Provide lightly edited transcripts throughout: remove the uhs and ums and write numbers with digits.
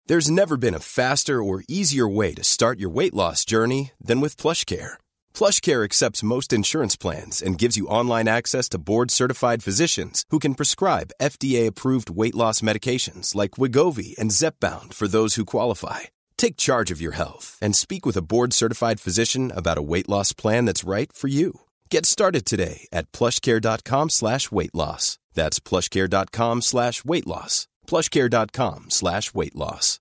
There's never been a faster or easier way to start your weight loss journey than with PlushCare. PlushCare accepts most insurance plans and gives you online access to board-certified physicians who can prescribe FDA-approved weight loss medications like Wegovy and Zepbound for those who qualify. Take charge of your health and speak with a board-certified physician about a weight loss plan that's right for you. Get started today at plushcare.com/weightloss. That's plushcare.com/weightloss. plushcare.com/weightloss.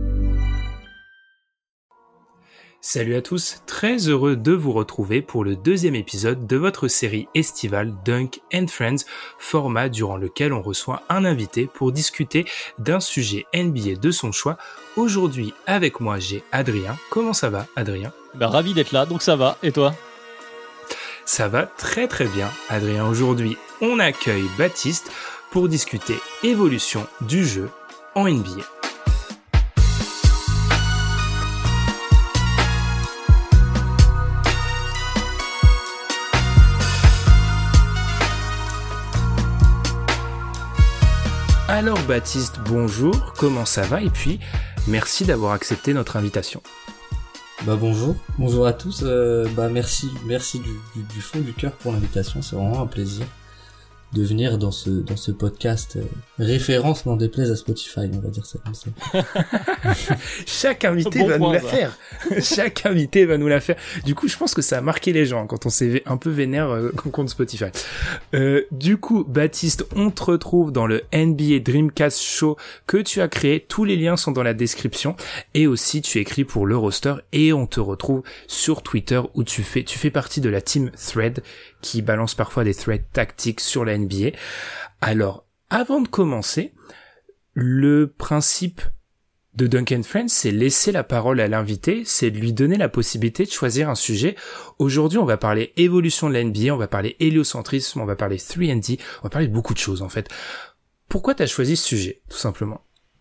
Salut à tous, très heureux de vous retrouver pour le deuxième épisode de votre série estivale Dunk and Friends, format durant lequel on reçoit un invité pour discuter d'un sujet NBA de son choix. Aujourd'hui avec moi j'ai Adrien. Comment ça va Adrien ? Ravi d'être là, donc ça va, et toi ? Ça va très très bien Adrien. Aujourd'hui on accueille Baptiste pour discuter évolution du jeu en NBA. Alors Baptiste, bonjour, comment ça va ? Et puis, merci d'avoir accepté notre invitation. Bonjour à tous, merci du fond du cœur pour l'invitation, c'est vraiment un plaisir de venir dans ce podcast référence n'en déplaise à Spotify, on va dire ça comme ça. Chaque invité va nous la faire. Chaque invité va nous la faire. Du coup, je pense que ça a marqué les gens quand on s'est un peu vénère contre Spotify. Du coup, Baptiste, on te retrouve dans le NBA Dreamcast Show que tu as créé. Tous les liens sont dans la description. Et aussi, tu écris pour le roster et on te retrouve sur Twitter où tu fais partie de la team Thread qui balance parfois des threads tactiques sur la NBA. Alors, avant de commencer, le principe de Dunk and Friends, c'est laisser la parole à l'invité, c'est de lui donner la possibilité de choisir un sujet. Aujourd'hui, on va parler évolution de la NBA, on va parler héliocentrisme, on va parler 3&D, on va parler de beaucoup de choses en fait. Pourquoi t'as choisi ce sujet, tout simplement ?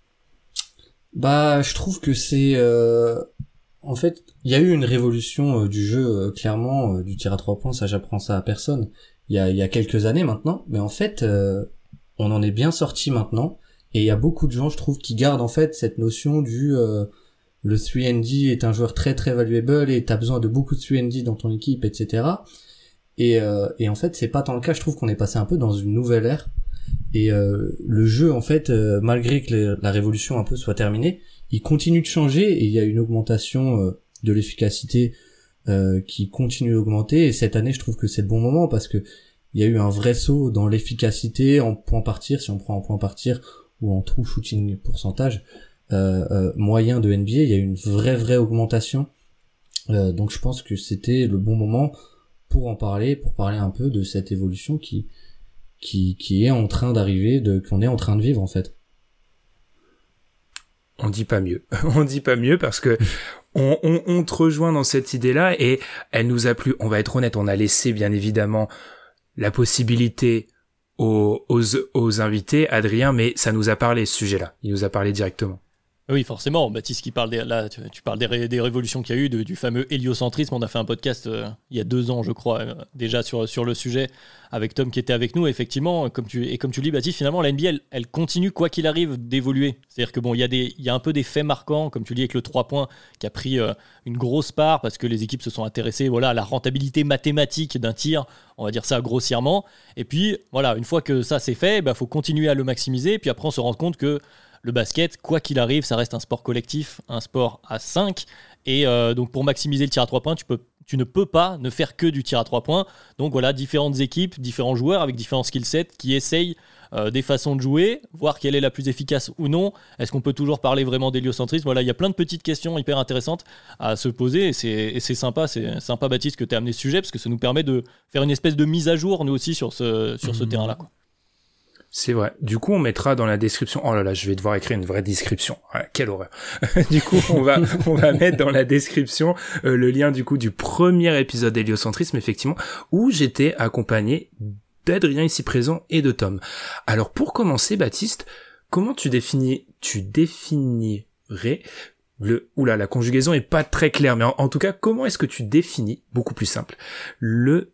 Je trouve que c'est... En fait, il y a eu une révolution du jeu, clairement, du tir à 3 points, ça j'apprends ça à personne, il y a quelques années maintenant, mais en fait, on en est bien sorti maintenant, et il y a beaucoup de gens, je trouve, qui gardent en fait cette notion du le 3&D est un joueur très très valuable, et t'as besoin de beaucoup de 3&D dans ton équipe, etc. Et en fait, c'est pas tant le cas, je trouve qu'on est passé un peu dans une nouvelle ère, et le jeu, en fait, malgré que la révolution un peu soit terminée, il continue de changer et il y a une augmentation de l'efficacité qui continue d'augmenter, et cette année je trouve que c'est le bon moment parce que il y a eu un vrai saut dans l'efficacité en point partir, si on prend en point partir ou en true shooting pourcentage moyen de NBA, il y a eu une vraie augmentation, donc je pense que c'était le bon moment pour parler un peu de cette évolution qui est en train d'arriver, qu'on est en train de vivre en fait. On dit pas mieux. On dit pas mieux parce que on te rejoint dans cette idée-là et elle nous a plu. On va être honnête, on a laissé bien évidemment la possibilité aux invités, Adrien, mais ça nous a parlé ce sujet-là. Il nous a parlé directement. Oui, forcément. Baptiste qui parle tu parles des révolutions qu'il y a eu, du fameux héliocentrisme. On a fait un podcast il y a 2 ans, je crois, déjà sur le sujet, avec Tom qui était avec nous. Effectivement, comme tu le dis, Baptiste, finalement, la NBA, elle continue, quoi qu'il arrive, d'évoluer. C'est-à-dire que bon, il y a un peu des faits marquants, comme tu dis, avec le 3 points, qui a pris une grosse part, parce que les équipes se sont intéressées à la rentabilité mathématique d'un tir, on va dire ça grossièrement. Et puis, voilà, une fois que ça c'est fait, faut continuer à le maximiser. Puis après, on se rend compte que le basket, quoi qu'il arrive, ça reste un sport collectif, un sport à 5. Et donc pour maximiser le tir à 3 points, tu ne peux pas ne faire que du tir à 3 points. Donc voilà, différentes équipes, différents joueurs avec différents skill sets qui essayent des façons de jouer, voir quelle est la plus efficace ou non. Est-ce qu'on peut toujours parler vraiment d'héliocentrisme ? Voilà, il y a plein de petites questions hyper intéressantes à se poser. Et c'est sympa, Baptiste, que tu aies amené ce sujet, parce que ça nous permet de faire une espèce de mise à jour, nous aussi, sur ce terrain-là, quoi. C'est vrai. Du coup, on mettra dans la description. Oh là là, je vais devoir écrire une vraie description. Ouais, quelle horreur. Du coup, on va mettre dans la description le lien du premier épisode d'héliocentrisme, effectivement, où j'étais accompagné d'Adrien ici présent et de Tom. Alors, pour commencer, Baptiste, comment tu définirais la conjugaison est pas très claire, mais en tout cas, comment est-ce que tu définis, beaucoup plus simple, l'héliocentrisme ?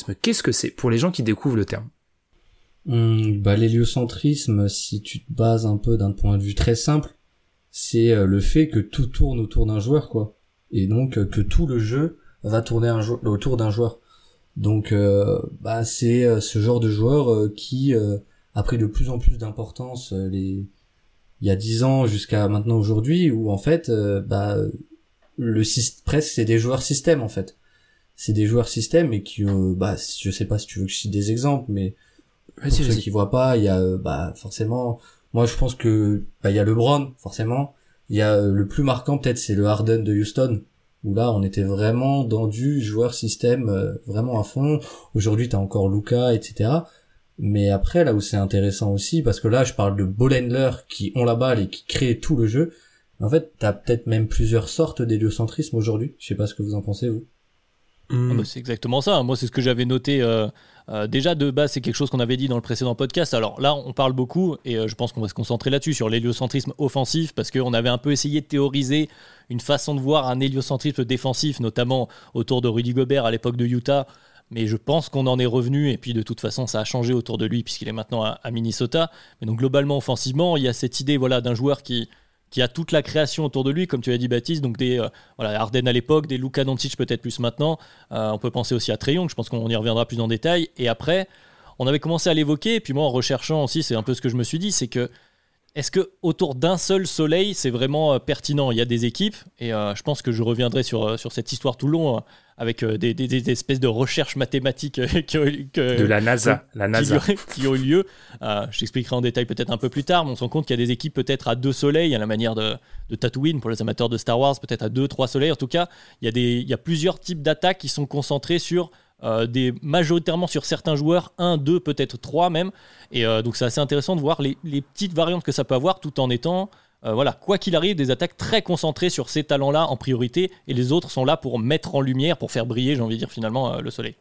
Qu'est-ce que c'est pour les gens qui découvrent le terme ? L'héliocentrisme, si tu te bases un peu d'un point de vue très simple, c'est le fait que tout tourne autour d'un joueur, quoi. Et donc que tout le jeu va tourner autour d'un joueur. Donc c'est ce genre de joueur qui a pris de plus en plus d'importance il y a 10 ans jusqu'à maintenant aujourd'hui, où en fait presque c'est des joueurs système en fait. C'est des joueurs système et qui je sais pas si tu veux que je cite des exemples, mais pour ceux qui voient pas, il y a forcément, moi je pense que il y a LeBron forcément, il y a le plus marquant peut-être c'est le Harden de Houston, où là on était vraiment dans du joueur système vraiment à fond. Aujourd'hui t'as encore Luka, etc. Mais après là où c'est intéressant aussi, parce que là je parle de ball handlers qui ont la balle et qui créent tout le jeu, en fait t'as peut-être même plusieurs sortes d'héliocentrisme aujourd'hui. Je sais pas ce que vous en pensez vous. C'est exactement ça. Moi, c'est ce que j'avais noté. Déjà, de base, c'est quelque chose qu'on avait dit dans le précédent podcast. Alors là, on parle beaucoup, et je pense qu'on va se concentrer là-dessus, sur l'héliocentrisme offensif, parce qu'on avait un peu essayé de théoriser une façon de voir un héliocentrisme défensif, notamment autour de Rudy Gobert à l'époque de Utah. Mais je pense qu'on en est revenu, et puis de toute façon, ça a changé autour de lui, puisqu'il est maintenant à Minnesota. Mais donc, globalement, offensivement, il y a cette idée d'un joueur qui a toute la création autour de lui, comme tu l'as dit Baptiste, donc des Harden à l'époque, des Luka Doncic peut-être plus maintenant, on peut penser aussi à Trae Young, je pense qu'on y reviendra plus en détail, et après, on avait commencé à l'évoquer, et puis moi en recherchant aussi, c'est un peu ce que je me suis dit, c'est que est-ce que autour d'un seul soleil, c'est vraiment pertinent ? Il y a des équipes, et je pense que je reviendrai sur cette histoire tout le long, avec des espèces de recherches mathématiques de la NASA, qui ont eu lieu. Je t'expliquerai en détail peut-être un peu plus tard, mais on se rend compte qu'il y a des équipes peut-être à 2 soleils, à la manière de Tatooine pour les amateurs de Star Wars, peut-être à 2-3 soleils. En tout cas, il y a plusieurs types d'attaques qui sont concentrées sur majoritairement sur certains joueurs, 1, 2, peut-être 3 même. Et donc c'est assez intéressant de voir les petites variantes que ça peut avoir, tout en étant quoi qu'il arrive, des attaques très concentrées sur ces talents-là en priorité, et les autres sont là pour mettre en lumière, pour faire briller, j'ai envie de dire finalement, le soleil.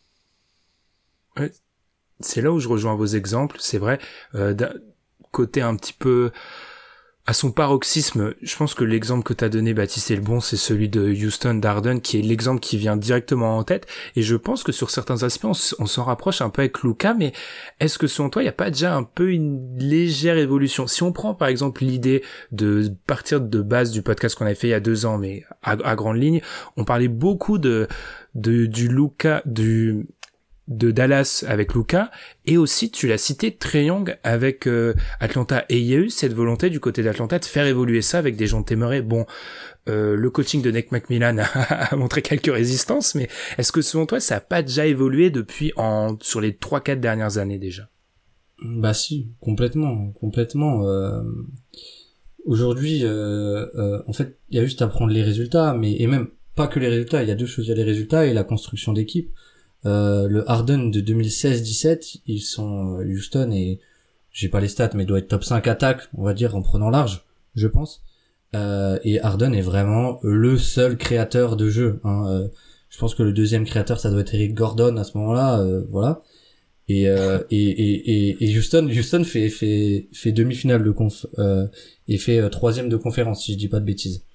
Ouais, c'est là où je rejoins vos exemples, c'est vrai, d'un côté un petit peu à son paroxysme. Je pense que l'exemple que t'as donné, Baptiste, est le bon, c'est celui de Houston d'Harden, qui est l'exemple qui vient directement en tête, et je pense que sur certains aspects on s'en rapproche un peu avec Luka, mais est-ce que selon toi il n'y a pas déjà un peu une légère évolution? Si on prend par exemple l'idée de partir de base du podcast qu'on avait fait il y a 2 ans, mais à grande ligne, on parlait beaucoup du Luka, de Dallas avec Luka, et aussi tu l'as cité, Trae Young avec Atlanta, et il y a eu cette volonté du côté d'Atlanta de faire évoluer ça avec des gens de Temeray. Bon, le coaching de Nate McMillan a montré quelques résistances, mais est-ce que selon toi ça a pas déjà évolué depuis sur les 3-4 dernières années déjà? Bah si, complètement. Aujourd'hui, en fait, il y a juste à prendre les résultats, et même pas que les résultats, il y a 2 choses, il y a les résultats et la construction d'équipe. Le Harden de 2016-17, ils sont Houston, et j'ai pas les stats, mais il doit être top 5 attaque, on va dire, en prenant large, je pense. Et Harden est vraiment le seul créateur de jeu. Je pense que le deuxième créateur, ça doit être Eric Gordon à ce moment-là, voilà. Et Houston fait demi-finale de conf, et fait 3e de conférence, si je dis pas de bêtises.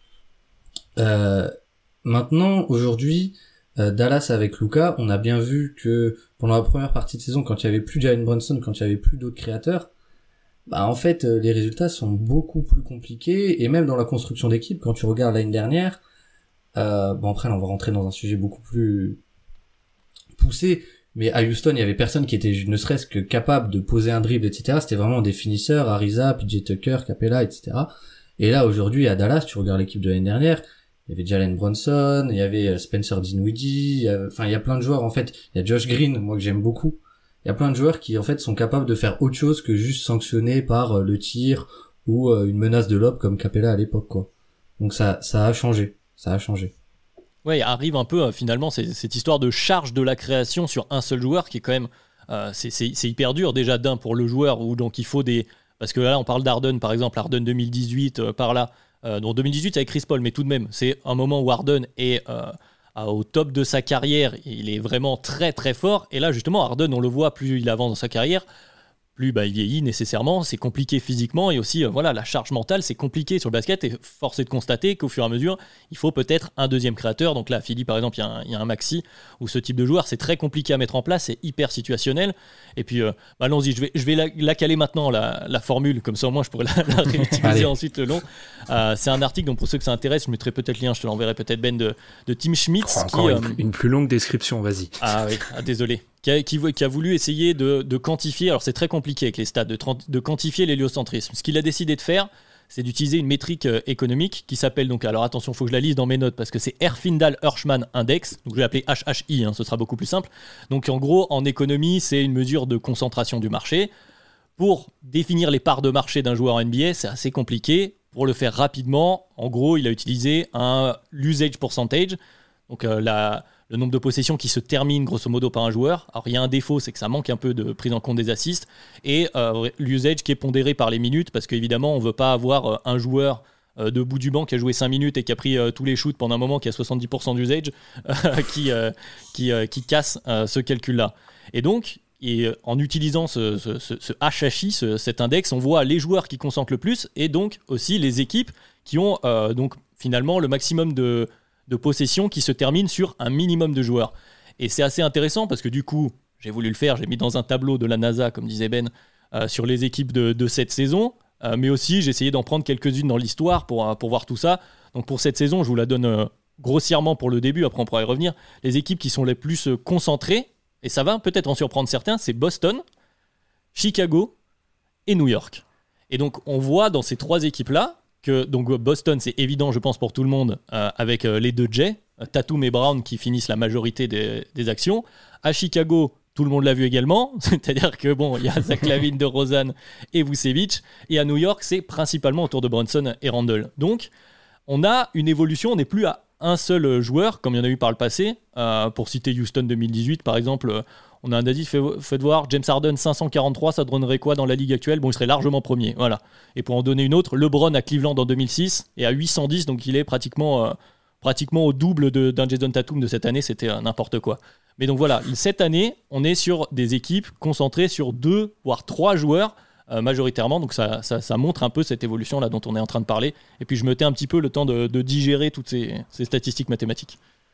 Maintenant, aujourd'hui, Dallas avec Luka, on a bien vu que pendant la première partie de saison, quand il y avait plus Jalen Brunson, quand il y avait plus d'autres créateurs, en fait les résultats sont beaucoup plus compliqués, et même dans la construction d'équipe, quand tu regardes l'année dernière, après là, on va rentrer dans un sujet beaucoup plus poussé, mais à Houston il y avait personne qui était ne serait-ce que capable de poser un dribble, etc. C'était vraiment des finisseurs, Ariza, PJ Tucker, Capella, etc. Et là aujourd'hui à Dallas, tu regardes l'équipe de l'année dernière, il y avait Jalen Brunson, il y avait Spencer Dinwiddie, il y a plein de joueurs en fait. Il y a Josh Green, moi que j'aime beaucoup. Il y a plein de joueurs qui en fait sont capables de faire autre chose que juste sanctionner par le tir ou une menace de lob comme Capella à l'époque, quoi. Donc ça a changé. Ouais, arrive un peu finalement cette histoire de charge de la création sur un seul joueur qui est quand même c'est hyper dur déjà d'un pour le joueur, où donc il faut parce que là on parle d'Harden par exemple, Harden 2018 par là. Donc 2018 c'est avec Chris Paul, mais tout de même c'est un moment où Harden est au top de sa carrière, il est vraiment très très fort, et là justement Harden, on le voit, plus il avance dans sa carrière, plus il vieillit nécessairement, c'est compliqué physiquement et aussi la charge mentale, c'est compliqué sur le basket et force est de constater qu'au fur et à mesure, il faut peut-être un deuxième créateur. Donc là, Philly par exemple, il y a un Maxi où ce type de joueur, c'est très compliqué à mettre en place, c'est hyper situationnel. Et puis allons-y, je vais la caler maintenant, la formule, comme ça au moins je pourrais la réutiliser ensuite le long. C'est un article, donc pour ceux que ça intéresse, je mettrai peut-être le lien, je te l'enverrai peut-être Ben, de Tim Schmitz. Encore une plus longue description, vas-y. Ah oui, désolé. Qui a voulu essayer de quantifier, alors c'est très compliqué avec les stats, de quantifier l'héliocentrisme. Ce qu'il a décidé de faire, c'est d'utiliser une métrique économique qui s'appelle, donc, alors attention, il faut que je la lise dans mes notes parce que c'est Herfindahl-Hirschman Index, donc je vais l'appeler HHI, ce sera beaucoup plus simple. Donc en gros, en économie, c'est une mesure de concentration du marché. Pour définir les parts de marché d'un joueur en NBA, c'est assez compliqué. Pour le faire rapidement, en gros, il a utilisé l'usage percentage, donc le nombre de possessions qui se terminent grosso modo par un joueur. Alors il y a un défaut, c'est que ça manque un peu de prise en compte des assists, et l'usage qui est pondéré par les minutes, parce qu'évidemment on ne veut pas avoir un joueur de bout du banc qui a joué 5 minutes et qui a pris tous les shoots pendant un moment, qui a 70% d'usage, qui casse ce calcul-là. Et donc, en utilisant ce HHI, cet index, on voit les joueurs qui concentrent le plus, et donc aussi les équipes qui ont donc finalement le maximum de possession qui se termine sur un minimum de joueurs. Et c'est assez intéressant parce que du coup, j'ai voulu le faire, j'ai mis dans un tableau de la NASA, comme disait Ben, sur les équipes de cette saison, mais aussi j'ai essayé d'en prendre quelques-unes dans l'histoire pour voir tout ça. Donc pour cette saison, je vous la donne grossièrement pour le début, après on pourra y revenir. Les équipes qui sont les plus concentrées, et ça va peut-être en surprendre certains, c'est Boston, Chicago et New York. Et donc on voit dans ces trois équipes-là que donc Boston, c'est évident, je pense, pour tout le monde, avec les deux Jets, Tatum et Brown, qui finissent la majorité des actions. À Chicago, tout le monde l'a vu également, c'est-à-dire que il y a Zach LaVine, DeRozan et Vucevic. Et à New York, c'est principalement autour de Brunson et Randle. Donc, on a une évolution, on n'est plus à un seul joueur, comme il y en a eu par le passé. Pour citer Houston 2018, par exemple, on a un indice, faites voir, James Harden 543, ça donnerait quoi dans la ligue actuelle ? Il serait largement premier, voilà. Et pour en donner une autre, LeBron à Cleveland en 2006 et à 810, donc il est pratiquement au double d'un Jason Tatum de cette année, c'était n'importe quoi. Mais donc voilà, cette année, on est sur des équipes concentrées sur 2 voire 3 joueurs majoritairement, donc ça montre un peu cette évolution là dont on est en train de parler. Et puis je me tais un petit peu le temps de digérer toutes ces statistiques mathématiques.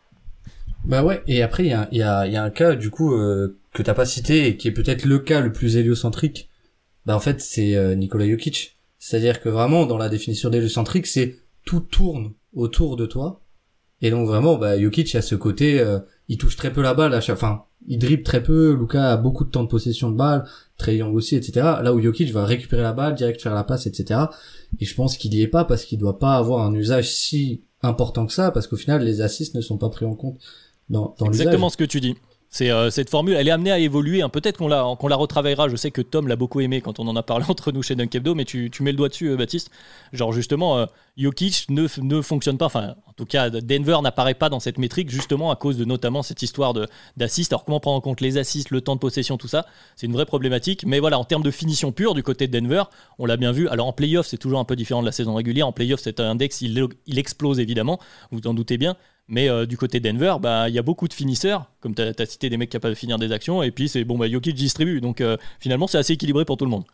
Bah ouais, et après il y a un cas du coup que t'as pas cité et qui est peut-être le cas le plus héliocentrique. Bah en fait c'est Nikola Jokic. C'est-à-dire que vraiment dans la définition d'héliocentrique, c'est tout tourne autour de toi. Et donc vraiment Jokic il a ce côté il touche très peu la balle il dribble très peu, Luka a beaucoup de temps de possession de balle, Trae Young aussi, etc. Là où Jokic va récupérer la balle, direct faire la passe, etc. Et je pense qu'il y est pas parce qu'il doit pas avoir un usage si important que ça, parce qu'au final les assists ne sont pas pris en compte dans exactement l'usage. Ce que tu dis. C'est cette formule, elle est amenée à évoluer. Peut-être qu'on la retravaillera. Je sais que Tom l'a beaucoup aimé quand on en a parlé entre nous chez Dunk Hebdo, mais tu mets le doigt dessus, Baptiste. Genre justement, Jokic ne fonctionne pas. Enfin, en tout cas, Denver n'apparaît pas dans cette métrique justement à cause de notamment cette histoire d'assists. Alors comment prendre en compte les assists, le temps de possession, tout ça, c'est une vraie problématique. Mais voilà, en termes de finition pure du côté de Denver, on l'a bien vu. Alors en playoff, c'est toujours un peu différent de la saison régulière. En playoff, cet index, il explose évidemment. Vous vous en doutez bien. Mais du côté de Denver, il y a beaucoup de finisseurs, comme tu as cité des mecs capables de finir des actions, et puis c'est Jokic distribue. Donc finalement, c'est assez équilibré pour tout le monde.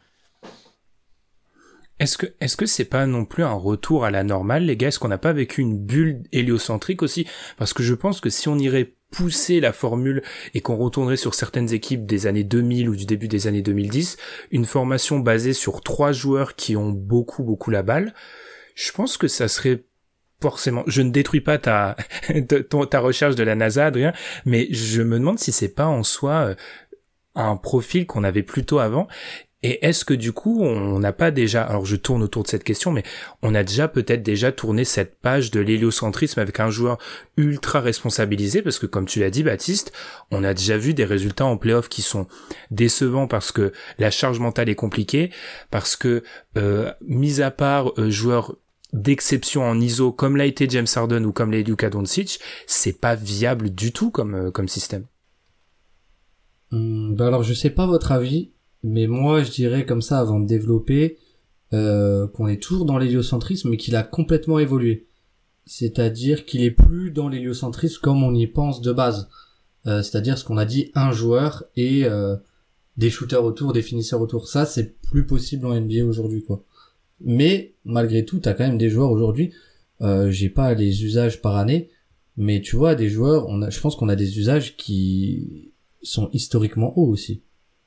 Est-ce que c'est pas non plus un retour à la normale, les gars ? Est-ce qu'on n'a pas vécu une bulle héliocentrique aussi ? Parce que je pense que si on irait pousser la formule et qu'on retournerait sur certaines équipes des années 2000 ou du début des années 2010, une formation basée sur 3 joueurs qui ont beaucoup la balle, je pense que ça serait forcément, je ne détruis pas ta recherche de la NASA, Adrien, mais je me demande si c'est pas en soi un profil qu'on avait plutôt avant. Et est-ce que du coup, on n'a pas déjà, alors je tourne autour de cette question, mais on a peut-être déjà tourné cette page de l'héliocentrisme avec un joueur ultra responsabilisé, parce que comme tu l'as dit, Baptiste, on a déjà vu des résultats en play-off qui sont décevants parce que la charge mentale est compliquée, parce que, mis à part joueur d'exception en ISO comme l'a été James Harden ou comme l'a été Luka Doncic, c'est pas viable du tout comme système. Alors je sais pas votre avis, mais moi je dirais comme ça avant de développer qu'on est toujours dans l'héliocentrisme mais qu'il a complètement évolué. C'est-à-dire qu'il est plus dans l'héliocentrisme comme on y pense de base. C'est-à-dire ce qu'on a dit, un joueur et des shooters autour, des finisseurs autour. Ça, c'est plus possible en NBA aujourd'hui, quoi. Mais, malgré tout, t'as quand même des joueurs aujourd'hui, j'ai pas les usages par année, mais tu vois, des joueurs, je pense qu'on a des usages qui sont historiquement hauts aussi.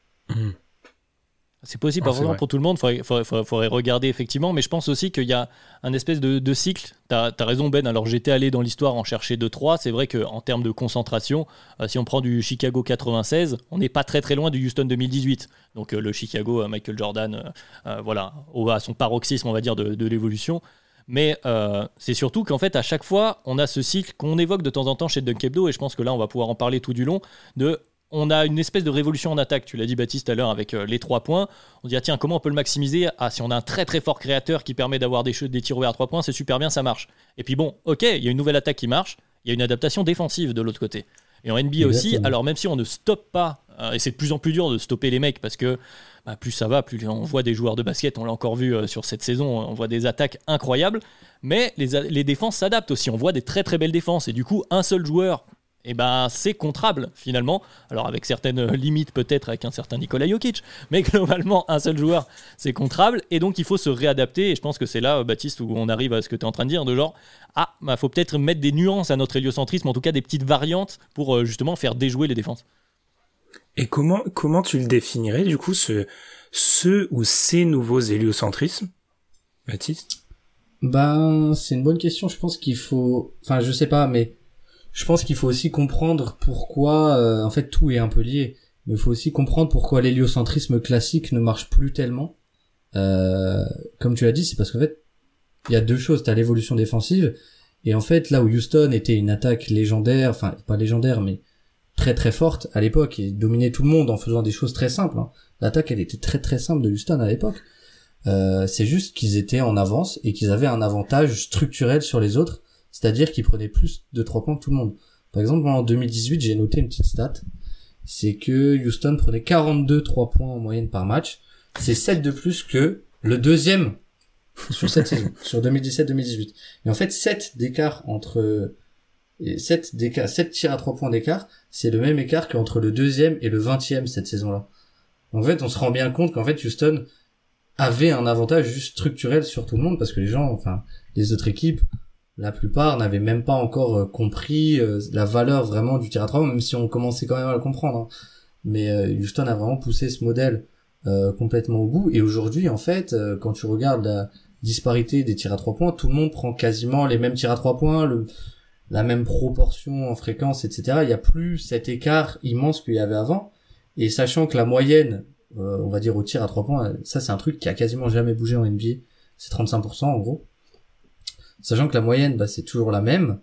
C'est possible, pas vraiment pour tout le monde, faudrait regarder effectivement, mais je pense aussi qu'il y a un espèce de cycle. T'as raison Ben, alors j'étais allé dans l'histoire en chercher 2-3, c'est vrai qu'en termes de concentration, si on prend du Chicago 96, on n'est pas très très loin du Houston 2018, donc le Chicago, Michael Jordan, voilà, à son paroxysme on va dire de l'évolution, mais c'est surtout qu'en fait à chaque fois on a ce cycle qu'on évoque de temps en temps chez Dunk Hebdo, et je pense que là on va pouvoir en parler tout du long, on a une espèce de révolution en attaque, tu l'as dit Baptiste tout à l'heure avec les 3 points, on dit tiens comment on peut le maximiser, si on a un très très fort créateur qui permet d'avoir des tirs ouverts à 3 points, c'est super bien, ça marche. Et puis bon, ok, il y a une nouvelle attaque qui marche, il y a une adaptation défensive de l'autre côté. Et en NBA aussi, alors même si on ne stoppe pas, et c'est de plus en plus dur de stopper les mecs parce que plus ça va, plus on voit des joueurs de basket, on l'a encore vu sur cette saison, on voit des attaques incroyables, mais les défenses s'adaptent aussi, on voit des très très belles défenses, et du coup un seul joueur, c'est contrable finalement, alors avec certaines limites peut-être avec un certain Nikola Jokic, mais globalement un seul joueur c'est contrable, et donc il faut se réadapter, et je pense que c'est là Baptiste où on arrive à ce que tu es en train de dire, de genre faut peut-être mettre des nuances à notre héliocentrisme, en tout cas des petites variantes pour justement faire déjouer les défenses. Et comment tu le définirais du coup ce ou ces nouveaux héliocentrismes, Baptiste? C'est une bonne question, je pense qu'il faut, je sais pas, mais je pense qu'il faut aussi comprendre pourquoi, en fait, tout est un peu lié. Mais il faut aussi comprendre pourquoi l'héliocentrisme classique ne marche plus tellement. Comme tu l'as dit, c'est parce qu'en fait, il y a deux choses. T'as l'évolution défensive, et en fait, là où Houston était une attaque légendaire, enfin, pas légendaire, mais très très forte à l'époque, et dominait tout le monde en faisant des choses très simples, hein. L'attaque, elle était très très simple de Houston à l'époque. C'est juste qu'ils étaient en avance, et qu'ils avaient un avantage structurel sur les autres. C'est-à-dire qu'ils prenaient plus de 3 points que tout le monde. Par exemple, en 2018, j'ai noté une petite stat. C'est que Houston prenait 42 3 points en moyenne par match. C'est 7 de plus que le deuxième sur cette saison, sur 2017-2018. Et en fait, 7 tirs à 3 points d'écart, c'est le même écart qu'entre le deuxième et le 20e cette saison-là. En fait, on se rend bien compte qu'en fait, Houston avait un avantage juste structurel sur tout le monde, parce que les autres équipes, la plupart n'avaient même pas encore compris la valeur vraiment du tir à 3 points, même si on commençait quand même à le comprendre, hein. Mais Houston a vraiment poussé ce modèle complètement au bout, et aujourd'hui en fait quand tu regardes la disparité des tirs à 3 points, tout le monde prend quasiment les mêmes tirs à 3 points, la même proportion en fréquence, etc. Il y a plus cet écart immense qu'il y avait avant, et sachant que la moyenne on va dire au tir à 3 points, ça c'est un truc qui a quasiment jamais bougé en NBA, c'est 35% en gros. Sachant que la moyenne, c'est toujours la même,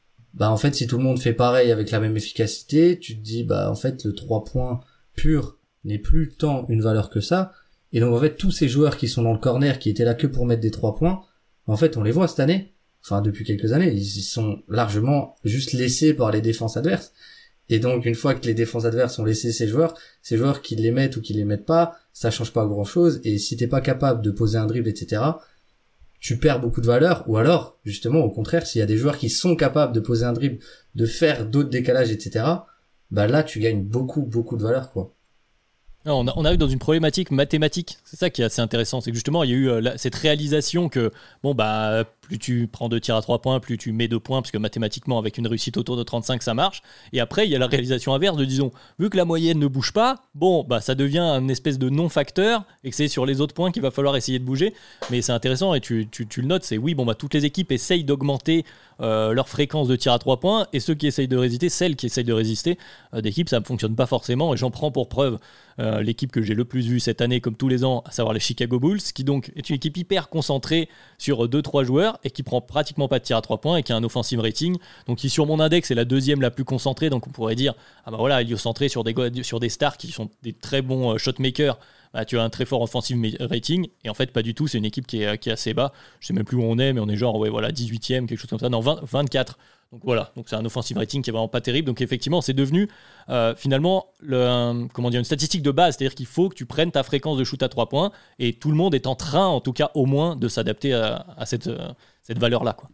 en fait, si tout le monde fait pareil avec la même efficacité, tu te dis, en fait, le 3 points pur n'est plus tant une valeur que ça. Et donc, en fait, tous ces joueurs qui sont dans le corner, qui étaient là que pour mettre des 3 points, en fait, on les voit cette année. Enfin, depuis quelques années, ils sont largement juste laissés par les défenses adverses. Et donc, une fois que les défenses adverses ont laissé ces joueurs qui les mettent ou qui les mettent pas, ça change pas grand chose. Et si t'es pas capable de poser un dribble, etc., tu perds beaucoup de valeur, ou alors, justement, au contraire, s'il y a des joueurs qui sont capables de poser un dribble, de faire d'autres décalages, etc., là, tu gagnes beaucoup, beaucoup de valeur, quoi. On arrive dans une problématique mathématique, c'est ça qui est assez intéressant, c'est que justement il y a eu cette réalisation que plus tu prends 2 tirs à 3 points, plus tu mets 2 points, parce que mathématiquement avec une réussite autour de 35 ça marche, et après il y a la réalisation inverse de disons, vu que la moyenne ne bouge pas, ça devient un espèce de non-facteur, et que c'est sur les autres points qu'il va falloir essayer de bouger, mais c'est intéressant, et tu le notes, c'est toutes les équipes essayent d'augmenter leur fréquence de tir à 3 points, et celles qui essayent de résister, d'équipes, ça ne fonctionne pas forcément, et j'en prends pour preuve l'équipe que j'ai le plus vue cette année comme tous les ans, à savoir les Chicago Bulls, qui donc est une équipe hyper concentrée sur 2-3 joueurs et qui prend pratiquement pas de tir à 3 points et qui a un offensive rating, donc qui sur mon index est la deuxième la plus concentrée, donc on pourrait dire héliocentré sur des stars qui sont des très bons shotmakers, tu as un très fort offensive rating, et en fait pas du tout, c'est une équipe qui est assez bas, je sais même plus où on est, mais on est genre 18e, quelque chose comme ça, non 24. Donc voilà, donc c'est un offensive rating qui est vraiment pas terrible. Donc effectivement, c'est devenu finalement une statistique de base, c'est-à-dire qu'il faut que tu prennes ta fréquence de shoot à 3 points, et tout le monde est en train, en tout cas au moins, de s'adapter à cette valeur-là, quoi.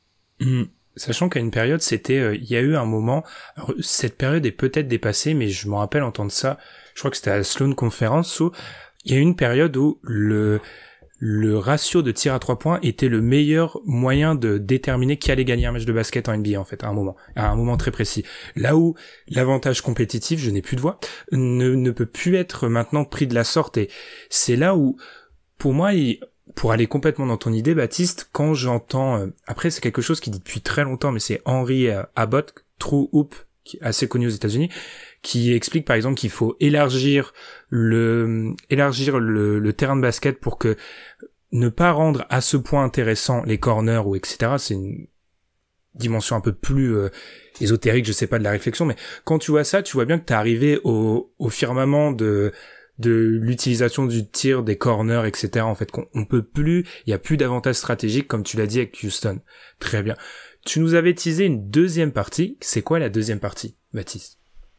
Sachant qu'à une période, il y a eu un moment, alors, cette période est peut-être dépassée, mais je me rappelle entendre ça je crois que c'était à la Sloan Conference, où il y a eu une période où le ratio de tir à 3 points était le meilleur moyen de déterminer qui allait gagner un match de basket en NBA, en fait, à un moment très précis. Là où l'avantage compétitif, je n'ai plus de voix, ne peut plus être maintenant pris de la sorte, et c'est là où, pour moi, pour aller complètement dans ton idée, Baptiste, quand j'entends, après c'est quelque chose qui dit depuis très longtemps, mais c'est Henry Abbott, True Hoop, qui est assez connu aux États-Unis, qui explique par exemple qu'il faut élargir le terrain de basket pour que ne pas rendre à ce point intéressant les corners ou etc. C'est une dimension un peu plus ésotérique, je sais pas, de la réflexion, mais quand tu vois ça, tu vois bien que t'es arrivé au firmament de l'utilisation du tir, des corners, etc. En fait, on peut plus, il y a plus d'avantage stratégique comme tu l'as dit avec Houston. Très bien. Tu nous avais teasé une deuxième partie. C'est quoi la deuxième partie, Baptiste?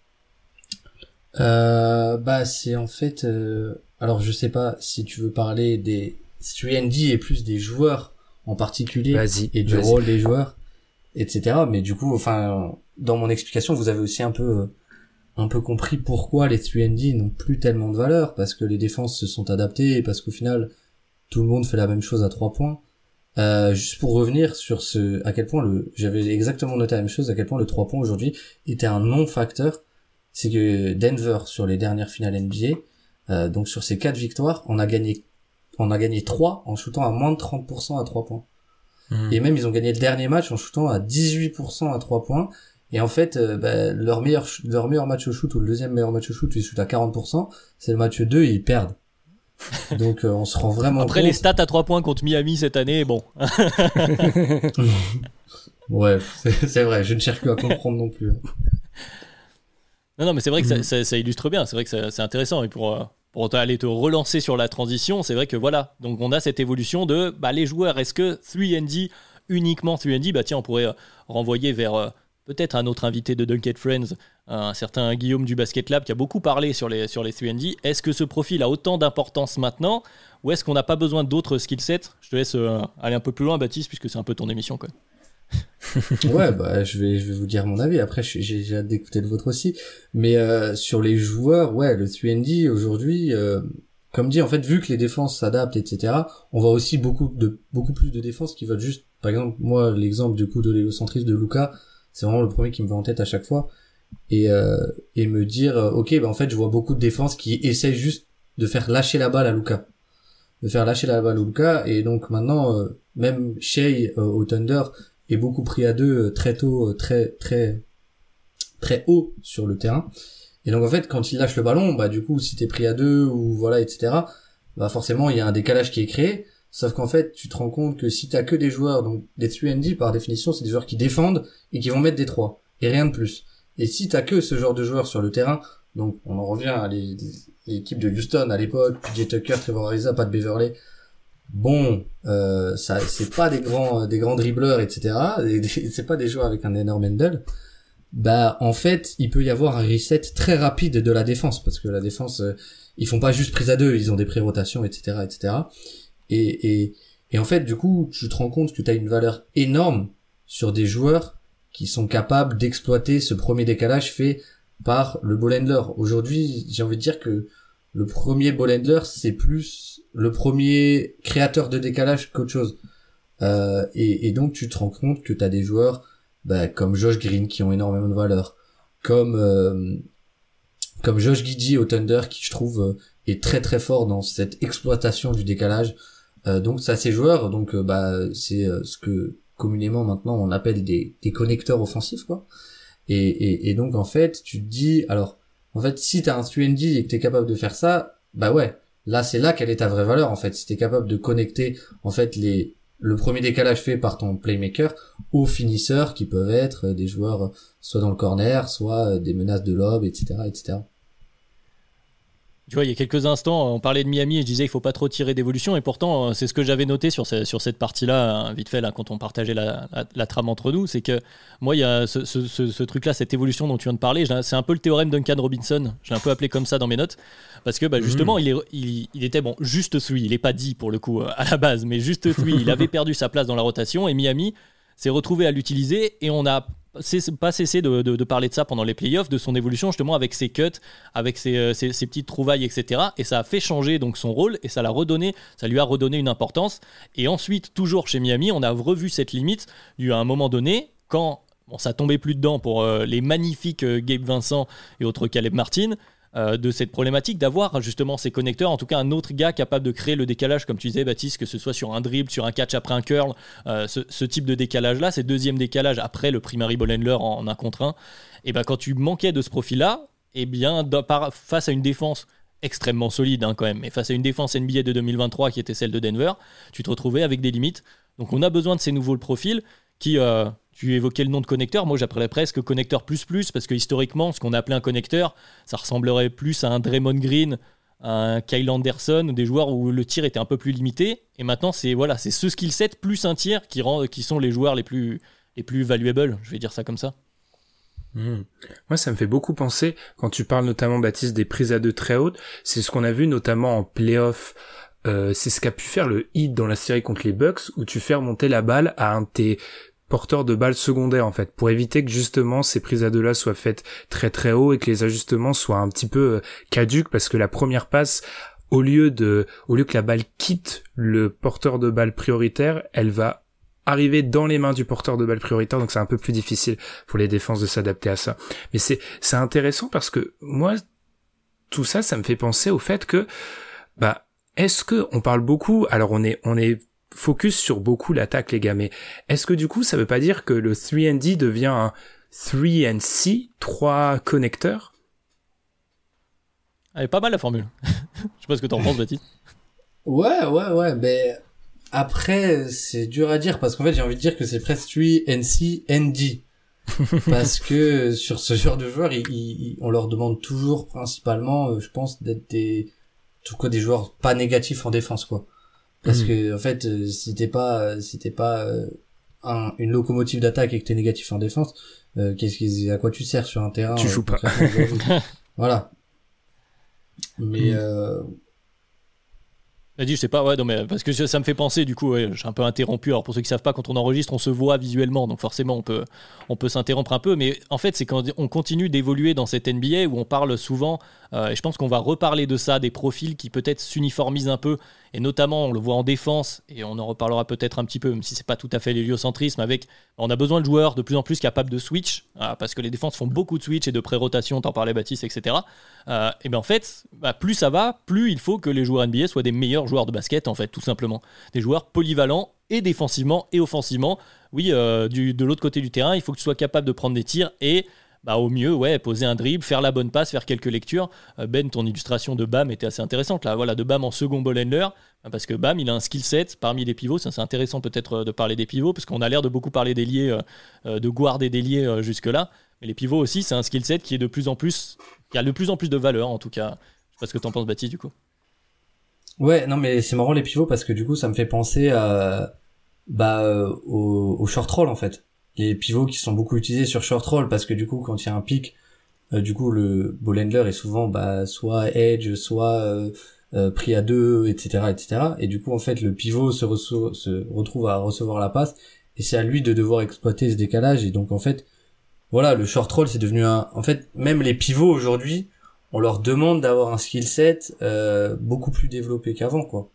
C'est en fait, alors je sais pas si tu veux parler des 3&D et plus des joueurs en particulier et du rôle des joueurs, etc. Mais du coup, enfin, dans mon explication, vous avez aussi un peu compris pourquoi les 3&D n'ont plus tellement de valeur, parce que les défenses se sont adaptées et parce qu'au final, tout le monde fait la même chose à 3 points. Juste pour revenir sur à quel point j'avais exactement noté la même chose, à quel point le 3 points aujourd'hui était un non-facteur. C'est que Denver, sur les dernières finales NBA, donc sur ces 4 victoires, on a gagné 3 en shootant à moins de 30% à 3 points. Et même, ils ont gagné le dernier match en shootant à 18% à 3 points. Et en fait, leur meilleur match au shoot, ou le deuxième meilleur match au shoot, où ils shootent à 40%, c'est le match 2 et ils perdent. Donc, on se rend vraiment Après, compte. les stats à 3 points contre Miami cette année, bon. Ouais, c'est vrai, je ne cherche plus à comprendre non plus. Non, mais c'est vrai que ça illustre bien, c'est vrai que c'est intéressant. Et pour aller te relancer sur la transition, c'est vrai que voilà, donc on a cette évolution de les joueurs, est-ce que 3&D, uniquement 3&D, tiens, on pourrait renvoyer vers peut-être un autre invité de Dunked Friends, un certain Guillaume du Basket Lab qui a beaucoup parlé sur les 3&D. Est-ce que ce profil a autant d'importance maintenant, ou est-ce qu'on n'a pas besoin d'autres skill sets? Je te laisse aller un peu plus loin, Baptiste, puisque c'est un peu ton émission, quoi. Ouais, je vais vous dire mon avis. Après, j'ai hâte d'écouter le vôtre aussi. Mais sur les joueurs, ouais, le 3&D aujourd'hui, comme dit, en fait, vu que les défenses s'adaptent, etc., on voit aussi beaucoup plus de défenses qui veulent juste, par exemple, moi, l'exemple du coup de l'héliocentrisme de Luka, c'est vraiment le premier qui me va en tête à chaque fois, et me dire, ok, en fait, je vois beaucoup de défenses qui essaient juste de faire lâcher la balle à Luka. Et donc maintenant, même Shai au Thunder est beaucoup pris à 2 très tôt, très haut sur le terrain. Et donc en fait, quand il lâche le ballon, du coup, si t'es pris à 2 ou voilà, etc., forcément il y a un décalage qui est créé. Sauf qu'en fait, tu te rends compte que si t'as que des joueurs, donc des 3&D par définition, c'est des joueurs qui défendent et qui vont mettre des 3 et rien de plus. Et si t'as que ce genre de joueurs sur le terrain, donc on en revient à l'équipe de Houston à l'époque, PJ Tucker, Trevor Ariza, Pat Beverley. Bon, ça, c'est pas des grands dribbleurs, etc. C'est pas des joueurs avec un énorme handle. En fait, il peut y avoir un reset très rapide de la défense, parce que la défense, ils font pas juste prise à 2, ils ont des pré-rotations, etc., etc. Et en fait, du coup, tu te rends compte que t'as une valeur énorme sur des joueurs qui sont capables d'exploiter ce premier décalage fait par le ball handler. Aujourd'hui, j'ai envie de dire que le premier ball handler, c'est plus le premier créateur de décalage qu'autre chose. Et donc, tu te rends compte que t'as des joueurs comme Josh Green qui ont énormément de valeur, comme Josh Giddey au Thunder qui, je trouve, est très très fort dans cette exploitation du décalage. Donc, ça, ces joueurs, donc c'est ce que communément maintenant on appelle des connecteurs offensifs, quoi. Et donc en fait, tu te dis, alors en fait, si t'as un 3&D et que t'es capable de faire ça, ouais, là c'est là quelle est ta vraie valeur en fait. Si t'es capable de connecter en fait le premier décalage fait par ton playmaker aux finisseurs qui peuvent être des joueurs soit dans le corner, soit des menaces de lob, etc., etc. Tu vois, il y a quelques instants, on parlait de Miami et je disais qu'il ne faut pas trop tirer d'évolution. Et pourtant, c'est ce que j'avais noté sur cette partie-là, vite fait, là, quand on partageait la trame entre nous. C'est que moi, il y a ce truc-là, cette évolution dont tu viens de parler. C'est un peu le théorème Duncan Robinson. Je l'ai un peu appelé comme ça dans mes notes. Parce que justement, il était juste 3. Il n'est pas dit pour le coup à la base, mais juste 3. Il avait perdu sa place dans la rotation et Miami s'est retrouvé à l'utiliser. Et on a pas cessé de parler de ça pendant les playoffs, de son évolution justement avec ses cuts, avec ses petites trouvailles, etc. Et ça a fait changer donc son rôle et ça lui a redonné une importance. Et ensuite, toujours chez Miami, on a revu cette limite à un moment donné, quand ça tombait plus dedans pour les magnifiques Gabe Vincent et autres Caleb Martin, de cette problématique d'avoir justement ces connecteurs, en tout cas un autre gars capable de créer le décalage, comme tu disais Baptiste, que ce soit sur un dribble, sur un catch après un curl, ce type de décalage là, c'est deuxième décalage après le primary ball handler en 1 contre 1, et ben quand tu manquais de ce profil là, et bien face à une défense extrêmement solide quand même, mais face à une défense NBA de 2023 qui était celle de Denver, tu te retrouvais avec des limites. Donc on a besoin de ces nouveaux profils qui tu évoquais le nom de connecteur, moi j'appellerais presque connecteur plus, parce que historiquement, ce qu'on a appelé un connecteur, ça ressemblerait plus à un Draymond Green, un Kyle Anderson, des joueurs où le tir était un peu plus limité. Et maintenant, c'est ce skill set plus un tir qui sont les joueurs les plus valuables, je vais dire ça comme ça. Moi, ça me fait beaucoup penser, quand tu parles notamment, Baptiste, des prises à deux très hautes, c'est ce qu'on a vu notamment en play-off. C'est ce qu'a pu faire le Heat dans la série contre les Bucks, où tu fais remonter la balle à un de tes porteur de balles secondaire en fait, pour éviter que justement ces prises à deux là soient faites très très haut et que les ajustements soient un petit peu caduques, parce que la première passe, au lieu que la balle quitte le porteur de balle prioritaire, elle va arriver dans les mains du porteur de balle prioritaire, donc c'est un peu plus difficile pour les défenses de s'adapter à ça. Mais c'est intéressant parce que moi, tout ça, ça me fait penser au fait que est-ce que on parle beaucoup, alors on est focus sur beaucoup l'attaque les gars, mais est-ce que du coup ça veut pas dire que le 3&D devient un 3&C, 3 connecteurs? Elle est pas mal la formule. Je sais pas ce que t'en penses, Baptiste. Ouais, mais après c'est dur à dire parce qu'en fait j'ai envie de dire que c'est presque 3&C ND. Parce que sur ce genre de joueurs, on leur demande toujours principalement, je pense, d'être des joueurs pas négatifs en défense, quoi. Parce que en fait, si t'es pas une locomotive d'attaque et que t'es négatif en défense, à quoi tu sers sur un terrain? Tu joues pas. Voilà. Mais Vas-y, je sais pas, ouais, non, mais parce que ça me fait penser, du coup, ouais, j'ai un peu interrompu. Alors pour ceux qui savent pas, quand on enregistre, on se voit visuellement, donc forcément on peut s'interrompre un peu. Mais en fait, c'est quand on continue d'évoluer dans cette NBA où on parle souvent, et je pense qu'on va reparler de ça, des profils qui peut-être s'uniformisent un peu, et notamment on le voit en défense, et on en reparlera peut-être un petit peu, même si c'est pas tout à fait l'héliocentrisme, avec on a besoin de joueurs de plus en plus capables de switch, parce que les défenses font beaucoup de switch et de pré-rotation, t'en parlais Baptiste, etc. Et bien en fait, plus ça va, plus il faut que les joueurs NBA soient des meilleurs joueurs de basket, en fait, tout simplement. Des joueurs polyvalents, et défensivement et offensivement. Oui, de l'autre côté du terrain, il faut que tu sois capable de prendre des tirs et au mieux, poser un dribble, faire la bonne passe, faire quelques lectures. Ben, ton illustration de Bam était assez intéressante là. Voilà, de Bam en second ball handler, parce que Bam, il a un skill set parmi les pivots. Ça, c'est intéressant peut-être de parler des pivots, parce qu'on a l'air de beaucoup parler d'ailiers, de guard et d'ailiers jusque-là. Mais les pivots aussi, c'est un skill set qui a de plus en plus de valeur, en tout cas. Je sais pas ce que t'en penses, Baptiste, du coup. Ouais, non, mais c'est marrant les pivots parce que du coup, ça me fait penser au short roll en fait. Les pivots qui sont beaucoup utilisés sur short roll parce que du coup, quand il y a un pic, du coup, le ball handler est souvent soit edge, soit pris à deux, etc., etc. Et du coup, en fait, le pivot se retrouve à recevoir la passe et c'est à lui de devoir exploiter ce décalage. Et donc, en fait, voilà, le short roll, c'est devenu en fait, même les pivots aujourd'hui, on leur demande d'avoir un skill set beaucoup plus développé qu'avant, quoi.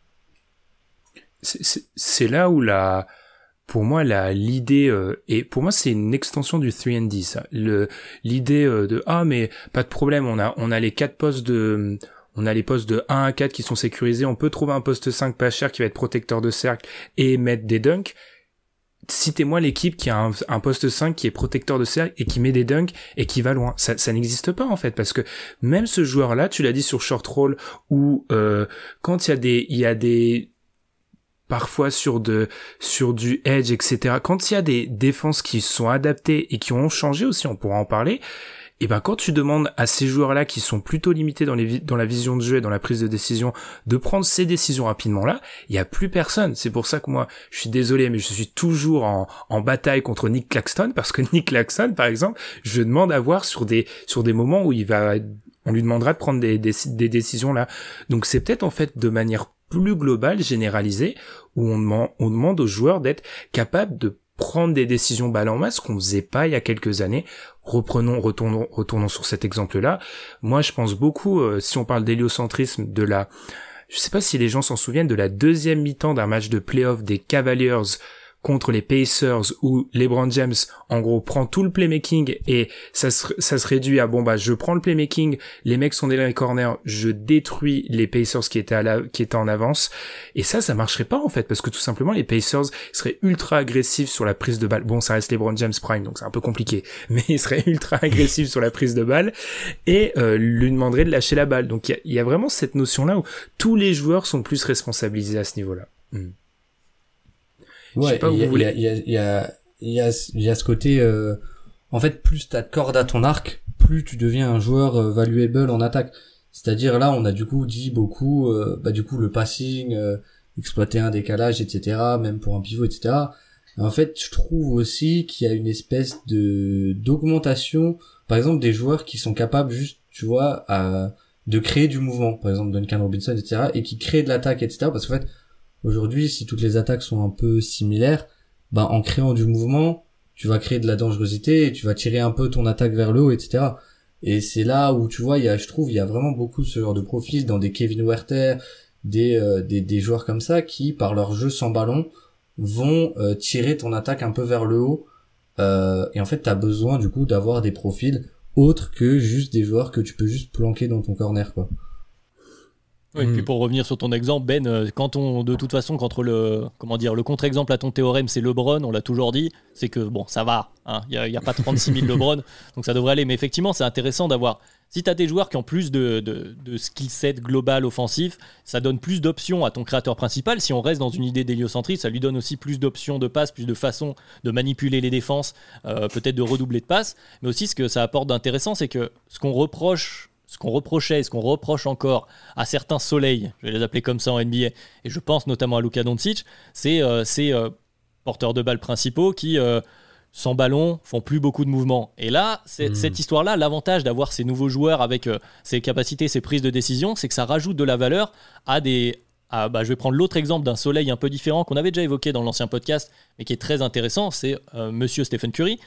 C'est là où pour moi l'idée et pour moi c'est une extension du 3&D ça. L'idée de mais pas de problème, on a les 4 postes on a les postes de 1 à 4 qui sont sécurisés, on peut trouver un poste 5 pas cher qui va être protecteur de cercle et mettre des dunks. Citez-moi l'équipe qui a un poste 5 qui est protecteur de cercle et qui met des dunks et qui va loin. Ça n'existe pas en fait, parce que même ce joueur-là, tu l'as dit sur short roll, où quand il y a des parfois sur du edge, etc. Quand il y a des défenses qui sont adaptées et qui ont changé aussi, on pourra en parler. Et quand tu demandes à ces joueurs-là qui sont plutôt limités dans la vision de jeu et dans la prise de décision de prendre ces décisions rapidement là, il y a plus personne. C'est pour ça que moi, je suis désolé, mais je suis toujours en bataille contre Nick Claxton, parce que Nick Claxton, par exemple, je demande à voir sur des moments où on lui demandera de prendre des décisions là. Donc c'est peut-être en fait de manière plus globale, généralisée, où on demande aux joueurs d'être capables de prendre des décisions balle en main, ce qu'on faisait pas il y a quelques années. Retournons sur cet exemple-là. Moi, je pense beaucoup, si on parle d'héliocentrisme, je sais pas si les gens s'en souviennent, de la deuxième mi-temps d'un match de play-off des Cavaliers contre les Pacers où LeBron James en gros prend tout le playmaking et ça se réduit à je prends le playmaking, les mecs sont dans les corners, je détruis les Pacers qui étaient en avance, et ça marcherait pas en fait, parce que tout simplement les Pacers seraient ultra agressifs sur la prise de balle. Bon, ça reste LeBron James prime, donc c'est un peu compliqué, mais ils seraient ultra agressifs sur la prise de balle et lui demanderaient de lâcher la balle. Donc il y a vraiment cette notion là où tous les joueurs sont plus responsabilisés à ce niveau-là. Ouais, il y a ce côté, en fait, plus t'as de cordes à ton arc, plus tu deviens un joueur valuable en attaque. C'est-à-dire là, on a du coup dit beaucoup, du coup le passing, exploiter un décalage, etc., même pour un pivot, etc. En fait, je trouve aussi qu'il y a une espèce d'augmentation, par exemple, des joueurs qui sont capables juste, tu vois, de créer du mouvement, par exemple Duncan Robinson, etc., et qui créent de l'attaque, etc., parce qu'en fait, aujourd'hui, si toutes les attaques sont un peu similaires, en créant du mouvement, tu vas créer de la dangerosité et tu vas tirer un peu ton attaque vers le haut, etc. Et c'est là où, tu vois, je trouve, il y a vraiment beaucoup ce genre de profil dans des Kevin Huerter, des joueurs comme ça qui, par leur jeu sans ballon, vont tirer ton attaque un peu vers le haut. Et en fait, t'as besoin, du coup, d'avoir des profils autres que juste des joueurs que tu peux juste planquer dans ton corner, quoi. Oui, puis pour revenir sur ton exemple, Ben, de toute façon, quand le contre-exemple à ton théorème, c'est LeBron, on l'a toujours dit, c'est que ça va, hein, y a pas 36 000 LeBron, donc ça devrait aller. Mais effectivement, c'est intéressant d'avoir, si tu as des joueurs qui ont plus de skill set global offensif, ça donne plus d'options à ton créateur principal. Si on reste dans une idée d'héliocentrisme, ça lui donne aussi plus d'options de passes, plus de façons de manipuler les défenses, peut-être de redoubler de passes. Mais aussi, ce que ça apporte d'intéressant, c'est que ce qu'on reprochait et ce qu'on reproche encore à certains soleils, je vais les appeler comme ça en NBA, et je pense notamment à Luka Doncic, c'est ces porteurs de balles principaux qui, sans ballon, font plus beaucoup de mouvements. Et là, cette histoire-là, l'avantage d'avoir ces nouveaux joueurs avec ces capacités, ces prises de décision, c'est que ça rajoute de la valeur à je vais prendre l'autre exemple d'un soleil un peu différent qu'on avait déjà évoqué dans l'ancien podcast, mais qui est très intéressant, c'est Monsieur Stephen Curry,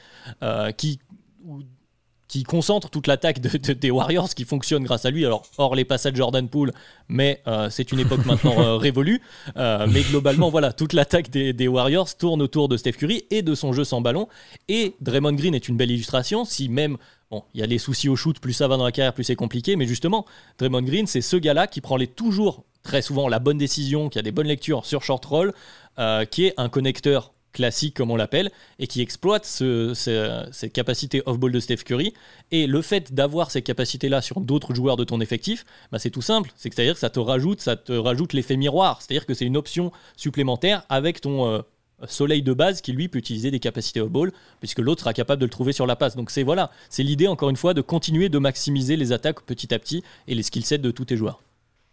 qui concentre toute l'attaque des Warriors, qui fonctionne grâce à lui. Alors, hors les passages de Jordan Poole, mais c'est une époque maintenant révolue. Mais globalement, voilà, toute l'attaque des Warriors tourne autour de Steph Curry et de son jeu sans ballon. Et Draymond Green est une belle illustration, si même, il y a les soucis au shoot, plus ça va dans la carrière, plus c'est compliqué, mais justement, Draymond Green, c'est ce gars-là qui prend toujours, très souvent, la bonne décision, qui a des bonnes lectures sur short roll, qui est un connecteur classique comme on l'appelle, et qui exploite ces capacités off-ball de Steph Curry. Et le fait d'avoir ces capacités-là sur d'autres joueurs de ton effectif, c'est tout simple, c'est-à-dire que ça te rajoute l'effet miroir, c'est-à-dire que c'est une option supplémentaire avec ton soleil de base qui lui peut utiliser des capacités off-ball, puisque l'autre sera capable de le trouver sur la passe. Donc c'est l'idée encore une fois de continuer de maximiser les attaques petit à petit et les skill sets de tous tes joueurs.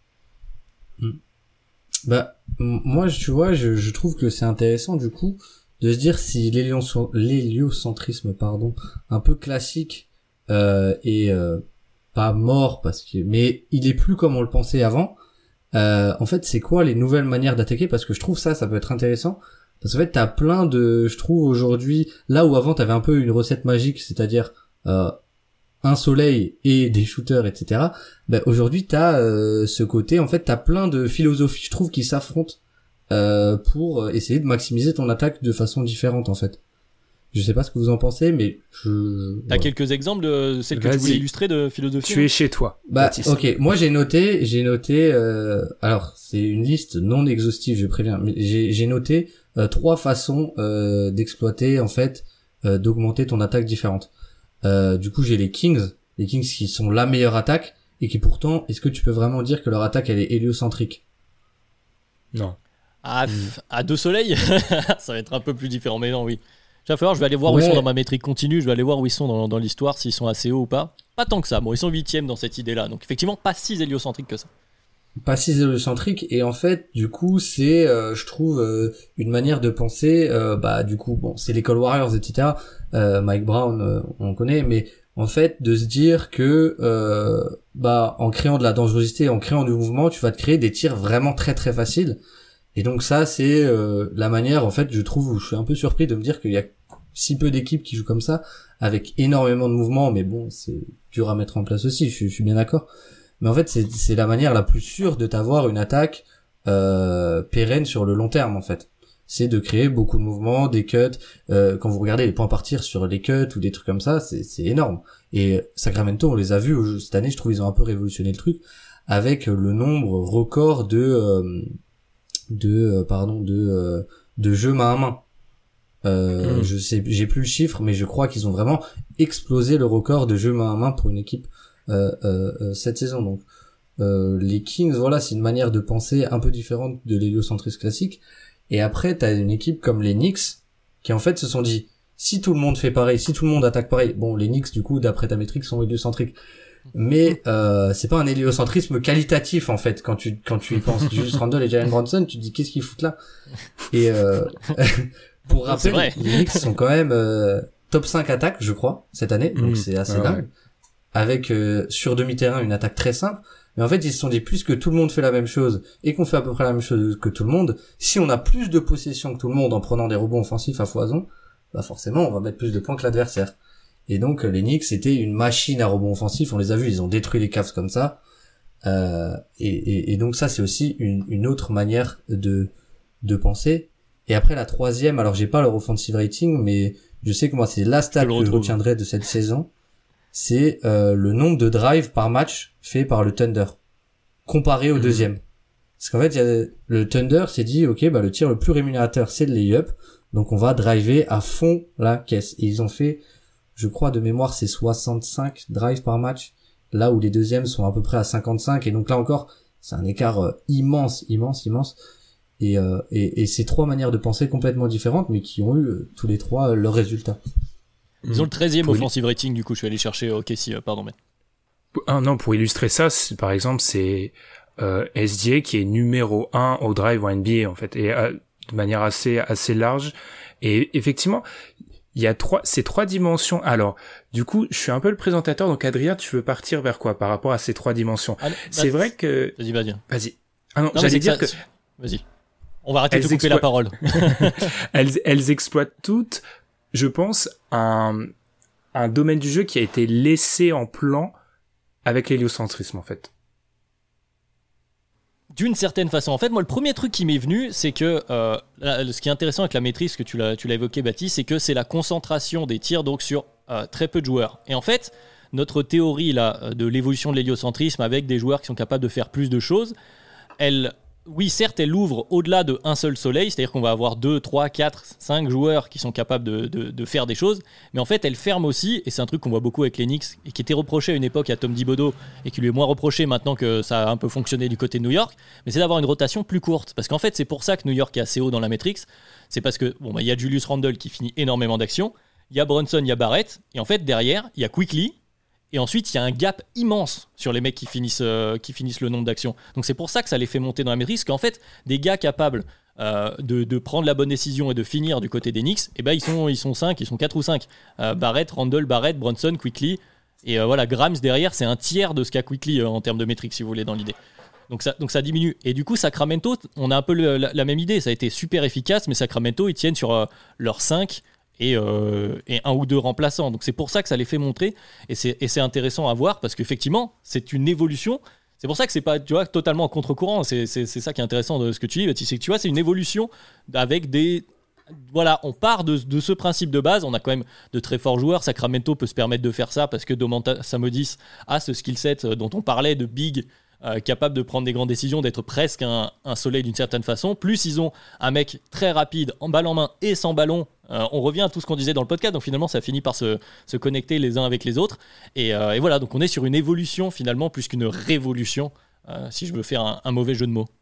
Moi, tu vois, je trouve que c'est intéressant, du coup, de se dire si l'héliocentrisme, un peu classique, est pas mort, mais il est plus comme on le pensait avant. En fait, c'est quoi les nouvelles manières d'attaquer? Parce que je trouve ça peut être intéressant. Parce qu'en fait, t'as plein je trouve aujourd'hui, là où avant t'avais un peu une recette magique, c'est-à-dire, un soleil et des shooters, etc. Aujourd'hui t'as ce côté, en fait t'as plein de philosophies, je trouve, qui s'affrontent pour essayer de maximiser ton attaque de façon différente, en fait. Je sais pas ce que vous en pensez, mais T'as quelques exemples de celles que tu voulais illustrer de philosophie? Tu es chez toi. Ok, moi j'ai noté alors c'est une liste non exhaustive, je préviens, mais j'ai noté 3 façons d'exploiter, en fait, d'augmenter ton attaque différente. Du coup, j'ai les Kings qui sont la meilleure attaque et qui pourtant, est-ce que tu peux vraiment dire que leur attaque elle est héliocentrique? Non. À 2 soleils, ça va être un peu plus différent, mais non, oui. Je vais aller voir où ils sont dans ma métrique continue, je vais aller voir où ils sont dans l'histoire, s'ils sont assez hauts ou pas. Pas tant que ça, ils sont 8e dans cette idée-là, donc effectivement pas si héliocentrique que ça. Pas si héliocentrique, et en fait, du coup, c'est, je trouve, une manière de penser, du coup, c'est l'école Warriors, etc. Mike Brown, on connaît, mais en fait, de se dire que, en créant de la dangerosité, en créant du mouvement, tu vas te créer des tirs vraiment très très faciles. Et donc ça, c'est la manière, en fait, je trouve, où je suis un peu surpris de me dire qu'il y a si peu d'équipes qui jouent comme ça, avec énormément de mouvements, mais bon, c'est dur à mettre en place aussi, je suis bien d'accord. Mais en fait, c'est la manière la plus sûre de t'avoir une attaque pérenne sur le long terme, en fait. C'est de créer beaucoup de mouvements, des cuts. Quand vous regardez les points partir sur les cuts ou des trucs comme ça, c'est énorme. Et Sacramento, on les a vus cette année, je trouve ils ont un peu révolutionné le truc avec le nombre record de jeux main à main. Je sais, j'ai plus le chiffre, mais je crois qu'ils ont vraiment explosé le record de jeux main à main pour une équipe cette saison. Donc les Kings, voilà, c'est une manière de penser un peu différente de l'héliocentrisme classique. Et après, t'as une équipe comme les Knicks qui en fait se sont dit, si tout le monde fait pareil, si tout le monde attaque pareil, bon, les Knicks du coup d'après ta métrique sont héliocentriques, mais c'est pas un héliocentrisme qualitatif en fait quand tu y penses. Julius Randle et Jalen Brunson, tu te dis qu'est-ce qu'ils foutent là. Et pour rappel, les Knicks sont quand même top 5 attaques, je crois, cette année, donc c'est assez dingue. Ouais. Avec sur demi-terrain une attaque très simple. Mais en fait, ils se sont dit, puisque tout le monde fait la même chose et qu'on fait à peu près la même chose que tout le monde, si on a plus de possession que tout le monde en prenant des rebonds offensifs à foison, bah forcément, on va mettre plus de points que l'adversaire. Et donc, les Knicks, c'était une machine à rebonds offensifs. On les a vus, ils ont détruit les Cavs comme ça. Et donc ça, c'est aussi une autre manière de penser. Et après, la troisième, alors j'ai pas leur offensive rating, mais je sais que moi, c'est la stat que je retiendrai de cette saison. C'est le nombre de drives par match fait par le Thunder comparé au deuxième. Parce qu'en fait, le Thunder s'est dit, ok, bah le tir le plus rémunérateur, c'est le lay-up, donc on va driver à fond la caisse. Et ils ont fait, je crois de mémoire, c'est 65 drives par match, là où les deuxièmes sont à peu près à 55. Et donc là encore, c'est un écart immense. Et c'est trois manières de penser complètement différentes, mais qui ont eu tous les trois leurs résultats. Ils ont le 13e offensive rating, du coup, je suis allé chercher OKC, pardon, mais. Non, pour illustrer ça, par exemple, c'est SGA qui est numéro 1 au drive en NBA, en fait, et de manière assez large. Et effectivement, il y a ces trois dimensions. Alors, du coup, je suis un peu le présentateur, donc Adrien, tu veux partir vers quoi par rapport à ces trois dimensions? C'est vrai que... Vas-y. Ah non j'allais dire que... Vas-y. On va arrêter de couper la parole. elles exploitent toutes, je pense, un domaine du jeu qui a été laissé en plan avec l'héliocentrisme, en fait. D'une certaine façon. En fait, moi, le premier truc qui m'est venu, c'est que ce qui est intéressant avec la maîtrise, que tu l'as évoqué, Baptiste, c'est que c'est la concentration des tirs donc sur très peu de joueurs. Et en fait, notre théorie là, de l'évolution de l'héliocentrisme avec des joueurs qui sont capables de faire plus de choses, oui, certes, elle ouvre au-delà d'un seul soleil, c'est-à-dire qu'on va avoir 2, 3, 4, 5 joueurs qui sont capables de faire des choses, mais en fait, elle ferme aussi, et c'est un truc qu'on voit beaucoup avec les Knicks, et qui était reproché à une époque à Tom Thibodeau, et qui lui est moins reproché maintenant que ça a un peu fonctionné du côté de New York, mais c'est d'avoir une rotation plus courte, parce qu'en fait, c'est pour ça que New York est assez haut dans la Matrix, c'est parce que, bon, bah, y a Julius Randle qui finit énormément d'actions, il y a Brunson, il y a Barrett, et en fait, derrière, il y a Quickley, et ensuite, il y a un gap immense sur les mecs qui finissent le nombre d'actions. Donc c'est pour ça que ça les fait monter dans la maîtrise, qu'en fait, des gars capables de prendre la bonne décision et de finir du côté des Knicks, eh ben, ils sont 5, ils sont 4 ou 5. Barrett, Brunson, Quickley, et voilà, Grimes derrière, c'est un tiers de ce qu'a Quickley en termes de métriques, si vous voulez, dans l'idée. Donc ça diminue. Et du coup, Sacramento, on a un peu la même idée. Ça a été super efficace, mais Sacramento, ils tiennent sur leurs 5 et un ou deux remplaçants. Donc c'est pour ça que ça les fait montrer, et c'est intéressant à voir, parce qu'effectivement, c'est une évolution. C'est pour ça que c'est pas, tu vois, totalement en contre-courant. C'est ça qui est intéressant de ce que tu dis, Baptiste, c'est que tu vois, c'est une évolution avec des... Voilà, on part de ce principe de base. On a quand même de très forts joueurs. Sacramento peut se permettre de faire ça parce que Domantas Sabonis a ce skill set dont on parlait, de big, capable de prendre des grandes décisions, d'être presque un soleil d'une certaine façon. Plus ils ont un mec très rapide, en balle en main et sans ballon. On revient à tout ce qu'on disait dans le podcast, donc finalement ça finit par se connecter les uns avec les autres. Et voilà, donc on est sur une évolution finalement plus qu'une révolution, si je veux faire un mauvais jeu de mots.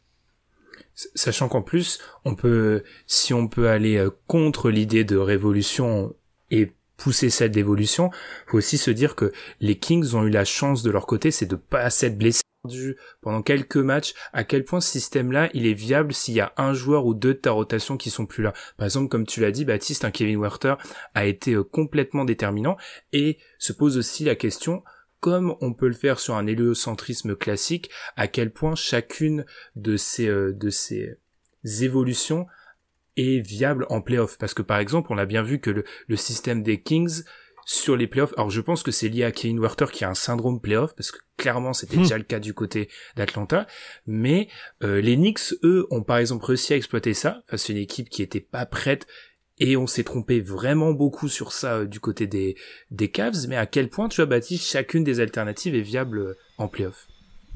Sachant qu'en plus, si on peut aller contre l'idée de révolution et pousser cette évolution, faut aussi se dire que les Kings ont eu la chance de leur côté, c'est de pas s'être blessés pendant quelques matchs. À quel point ce système-là, il est viable s'il y a un joueur ou deux de ta rotation qui sont plus là. Par exemple, comme tu l'as dit, Baptiste, Kevin Huerter a été complètement déterminant, et se pose aussi la question, comme on peut le faire sur un héliocentrisme classique, à quel point chacune de ces évolutions est viable en playoff. Parce que par exemple, on a bien vu que le système des Kings sur les playoffs, alors je pense que c'est lié à Kevin Huerter qui a un syndrome playoff, parce que clairement c'était déjà le cas du côté d'Atlanta, mais les Knicks, eux, ont par exemple réussi à exploiter ça, face à une équipe qui était pas prête, et on s'est trompé vraiment beaucoup sur ça du côté des Cavs, mais à quel point, tu vois Baptiste, chacune des alternatives est viable en playoff?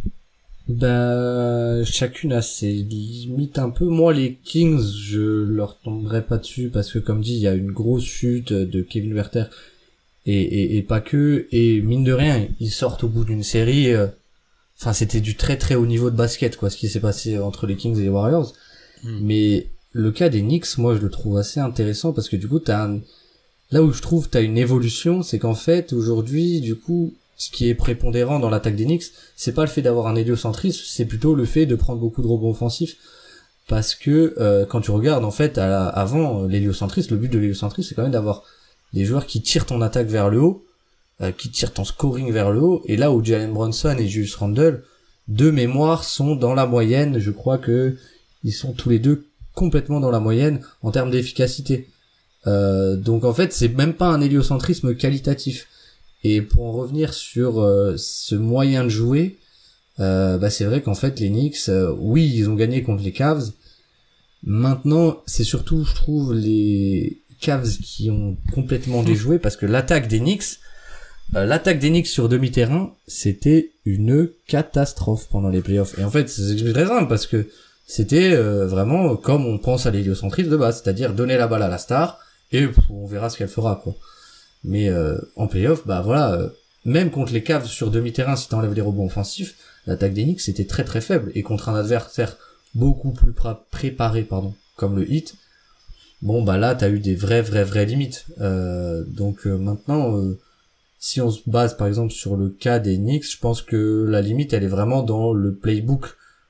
Bah, chacune a ses limites un peu. Moi, les Kings, je leur tomberai pas dessus, parce que comme dit, il y a une grosse chute de Kevin Huerter, et pas que, et mine de rien, ils sortent au bout d'une série, enfin c'était du très très haut niveau de basket, quoi, ce qui s'est passé entre les Kings et les Warriors. Mais le cas des Knicks, moi je le trouve assez intéressant, parce que du coup là où je trouve t'as une évolution, c'est qu'en fait aujourd'hui, du coup, ce qui est prépondérant dans l'attaque des Knicks, c'est pas le fait d'avoir un héliocentrisme, c'est plutôt le fait de prendre beaucoup de rebonds offensifs, parce que quand tu regardes en fait avant l'héliocentrisme, le but de l'héliocentrisme c'est quand même d'avoir des joueurs qui tirent ton attaque vers le haut, qui tirent ton scoring vers le haut, et là où Jalen Brunson et Julius Randle, de mémoire, sont dans la moyenne, je crois que ils sont tous les deux complètement dans la moyenne en termes d'efficacité. Donc en fait, c'est même pas un héliocentrisme qualitatif. Et pour en revenir sur ce moyen de jouer, bah c'est vrai qu'en fait les Knicks, oui, ils ont gagné contre les Cavs. Maintenant, c'est surtout, je trouve, les Cavs qui ont complètement déjoué, parce que l'attaque des Knicks sur demi-terrain, c'était une catastrophe pendant les playoffs. Et en fait, c'est très simple, parce que c'était vraiment comme on pense à l'héliocentrisme de base, c'est-à-dire donner la balle à la star et on verra ce qu'elle fera, quoi. Mais en playoff, bah voilà, même contre les Cavs sur demi-terrain, si t'enlèves les rebonds offensifs, l'attaque des Knicks c'était très très faible, et contre un adversaire beaucoup plus préparé, comme le Heat, bon bah là t'as eu des vraies limites. Donc maintenant, si on se base par exemple sur le cas des Knicks, je pense que la limite elle est vraiment dans le playbook.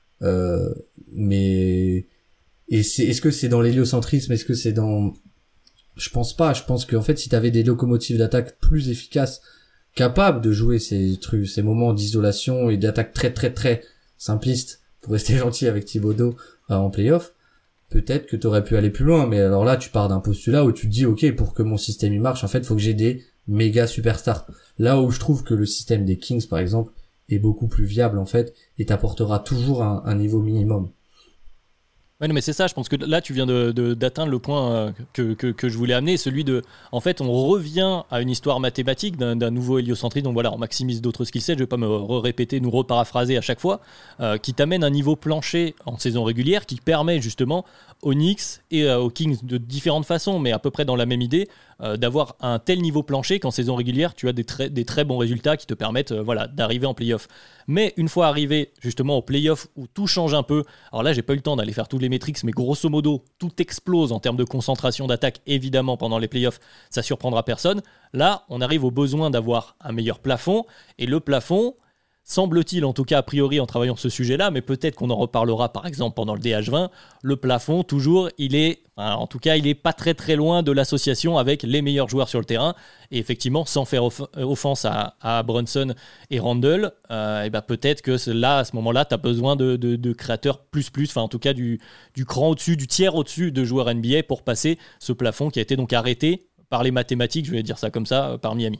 Mais est-ce que c'est dans l'héliocentrisme, est-ce que c'est dans... Je pense pas. Je pense qu'en fait, si t'avais des locomotives d'attaque plus efficaces, capables de jouer ces moments d'isolation et d'attaque très très très simplistes, pour rester gentil avec Thibodeau en playoff, peut-être que t'aurais pu aller plus loin. Mais alors là, tu pars d'un postulat où tu te dis, ok, pour que mon système il marche, en fait, faut que j'ai des méga superstars. Là où je trouve que le système des Kings, par exemple, est beaucoup plus viable, en fait, et t'apportera toujours un niveau minimum. Ouais, non, mais c'est ça, je pense que là tu viens d'atteindre le point que je voulais amener, celui de, en fait, on revient à une histoire mathématique d'un nouveau héliocentrisme, donc voilà, on maximise d'autres skillsets, je vais pas me répéter, nous reparaphraser à chaque fois, qui t'amène un niveau plancher en saison régulière, qui permet justement aux Knicks et aux Kings de différentes façons, mais à peu près dans la même idée, d'avoir un tel niveau plancher qu'en saison régulière, tu as des très bons résultats qui te permettent voilà, d'arriver en play-off. Mais une fois arrivé justement au play-off où tout change un peu, alors là j'ai pas eu le temps d'aller faire tous les métriques, mais grosso modo tout explose en termes de concentration d'attaque, évidemment pendant les play-offs, ça surprendra personne. Là on arrive au besoin d'avoir un meilleur plafond, et le plafond, semble-t-il, en tout cas a priori en travaillant ce sujet-là, mais peut-être qu'on en reparlera par exemple pendant le DH20, le plafond toujours, il est pas très très loin de l'association avec les meilleurs joueurs sur le terrain, et effectivement sans faire offense à Brunson et Randle, et ben peut-être que là à ce moment-là tu as besoin de créateurs plus, enfin en tout cas du cran au-dessus, du tiers au-dessus de joueurs NBA pour passer ce plafond qui a été donc arrêté par les mathématiques, je vais dire ça comme ça, par Miami.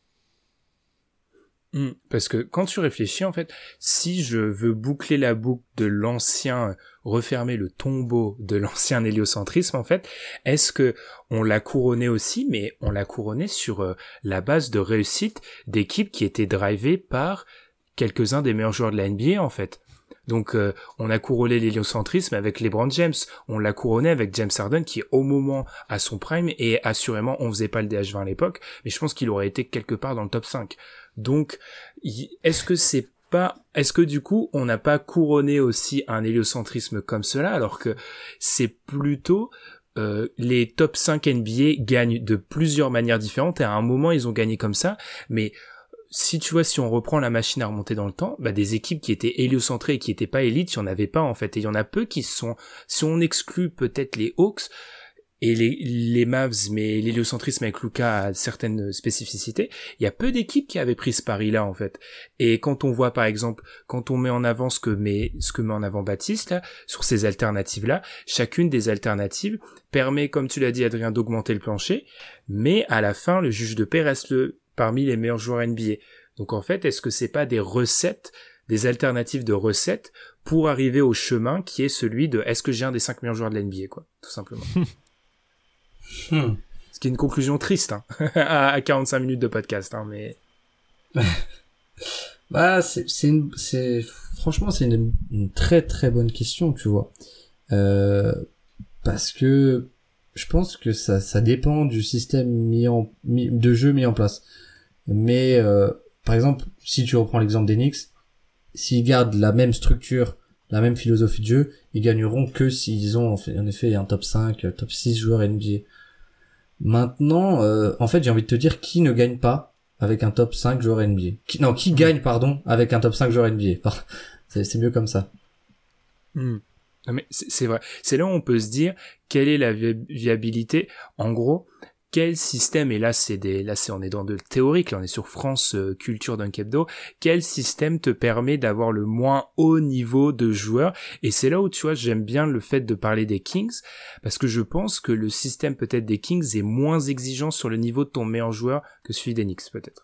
Parce que quand tu réfléchis, en fait, si je veux boucler la boucle de l'ancien, refermer le tombeau de l'ancien héliocentrisme, en fait, est-ce que on l'a couronné aussi, mais on l'a couronné sur la base de réussite d'équipes qui étaient drivées par quelques-uns des meilleurs joueurs de la NBA, en fait. Donc on a couronné l'héliocentrisme avec LeBron James, on l'a couronné avec James Harden qui au moment à son prime, et assurément on faisait pas le DH20 à l'époque, mais je pense qu'il aurait été quelque part dans le top 5. Donc est-ce que du coup on n'a pas couronné aussi un héliocentrisme comme cela, alors que c'est plutôt les top 5 NBA gagnent de plusieurs manières différentes, et à un moment ils ont gagné comme ça, mais si on reprend la machine à remonter dans le temps, bah des équipes qui étaient héliocentrées et qui étaient pas élites, il y en avait pas en fait, et il y en a peu qui sont, si on exclut peut-être les Hawks, et les Mavs, mais l'héliocentrisme avec Luka a certaines spécificités. Il y a peu d'équipes qui avaient pris ce pari-là, en fait. Et quand on voit, par exemple, quand on met en avant ce que met en avant Baptiste, là, sur ces alternatives-là, chacune des alternatives permet, comme tu l'as dit, Adrien, d'augmenter le plancher, mais à la fin, le juge de paix reste parmi les meilleurs joueurs NBA. Donc, en fait, est-ce que c'est pas des alternatives de recettes pour arriver au chemin qui est celui de est-ce que j'ai un des 5 meilleurs joueurs de l'NBA, quoi, tout simplement. Ce qui est une conclusion triste, hein, à 45 minutes de podcast, hein, mais... Bah, franchement, c'est une très très bonne question, tu vois. Parce que je pense que ça dépend du système de jeu mis en place. Mais, par exemple, si tu reprends l'exemple des Knicks, s'ils gardent la même structure, la même philosophie de jeu, ils gagneront que s'ils ont en effet un top 5, top 6 joueurs NBA. Maintenant, en fait, j'ai envie de te dire qui ne gagne pas avec un top 5 joueur NBA. Qui gagne, pardon, avec un top 5 joueur NBA. C'est mieux comme ça. Non, mais c'est vrai. C'est là où on peut se dire quelle est la viabilité. En gros, quel système, et là on est dans de théorique, là on est sur France Culture d'un Hebdo, quel système te permet d'avoir le moins haut niveau de joueurs? Et c'est là où, tu vois, j'aime bien le fait de parler des Kings, parce que je pense que le système peut-être des Kings est moins exigeant sur le niveau de ton meilleur joueur que celui des Knicks, peut-être.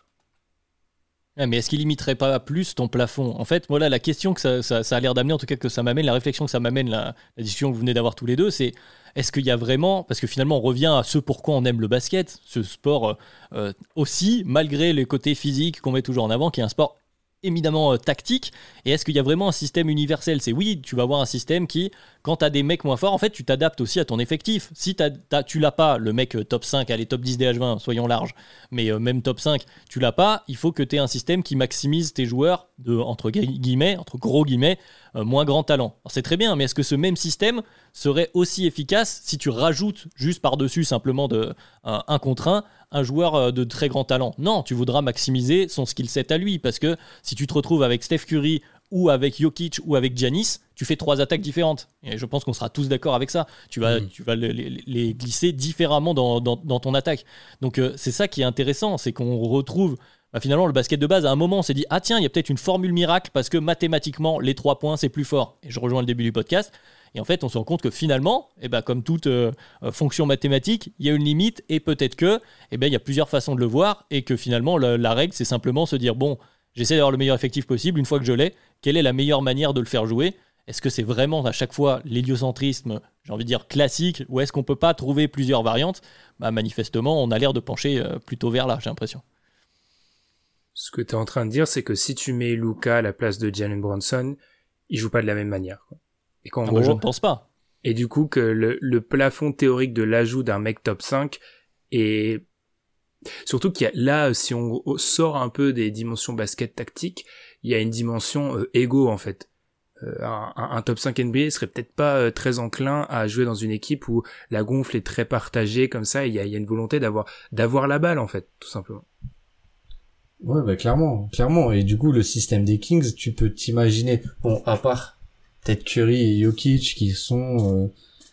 Mais est-ce qu'il limiterait pas plus ton plafond? En fait, voilà, la question que ça a l'air d'amener, en tout cas que ça m'amène, la réflexion que ça m'amène, la discussion que vous venez d'avoir tous les deux, c'est est-ce qu'il y a vraiment, parce que finalement on revient à ce pourquoi on aime le basket, ce sport aussi, malgré les côtés physiques qu'on met toujours en avant, qui est un sport éminemment tactique, et est-ce qu'il y a vraiment un système universel? C'est oui, tu vas avoir un système qui, quand tu as des mecs moins forts, en fait tu t'adaptes aussi à ton effectif. Si tu l'as pas, le mec top 5, allez top 10 DH20, soyons larges, mais même top 5, tu l'as pas, il faut que tu aies un système qui maximise tes joueurs de, entre gros guillemets, moins grand talent. Alors c'est très bien, mais est-ce que ce même système serait aussi efficace si tu rajoutes juste par-dessus simplement un contre un joueur de très grand talent? Non, tu voudras maximiser son skill set à lui, parce que si tu te retrouves avec Steph Curry ou avec Jokic ou avec Giannis, tu fais 3 attaques différentes. Et je pense qu'on sera tous d'accord avec ça. Tu vas les glisser différemment dans ton attaque. Donc c'est ça qui est intéressant, c'est qu'on retrouve finalement le basket de base. À un moment, on s'est dit ah tiens, il y a peut-être une formule miracle parce que mathématiquement les 3 points c'est plus fort. Et je rejoins le début du podcast. Et en fait, on se rend compte que finalement, comme toute fonction mathématique, il y a une limite et peut-être que, il y a plusieurs façons de le voir et que finalement, la règle, c'est simplement se dire bon, j'essaie d'avoir le meilleur effectif possible. Une fois que je l'ai, quelle est la meilleure manière de le faire jouer? Est-ce que c'est vraiment à chaque fois l'héliocentrisme, j'ai envie de dire classique, ou est-ce qu'on peut pas trouver plusieurs variantes? Manifestement, on a l'air de pencher plutôt vers là, j'ai l'impression. Ce que tu es en train de dire, c'est que si tu mets Luka à la place de Jalen Brunson, il joue pas de la même manière, quoi. Et qu'en gros, je ne pense pas. Et du coup, que le plafond théorique de l'ajout d'un mec top 5 est... Surtout qu'il y a là, si on sort un peu des dimensions basket tactique, il y a une dimension égo, en fait. Un top 5 NBA serait peut-être pas très enclin à jouer dans une équipe où la gonfle est très partagée comme ça, et il y a une volonté d'avoir la balle, en fait, tout simplement. Ouais, clairement. Et du coup, le système des Kings, tu peux t'imaginer, bon, à part peut-être Curry et Jokic qui sont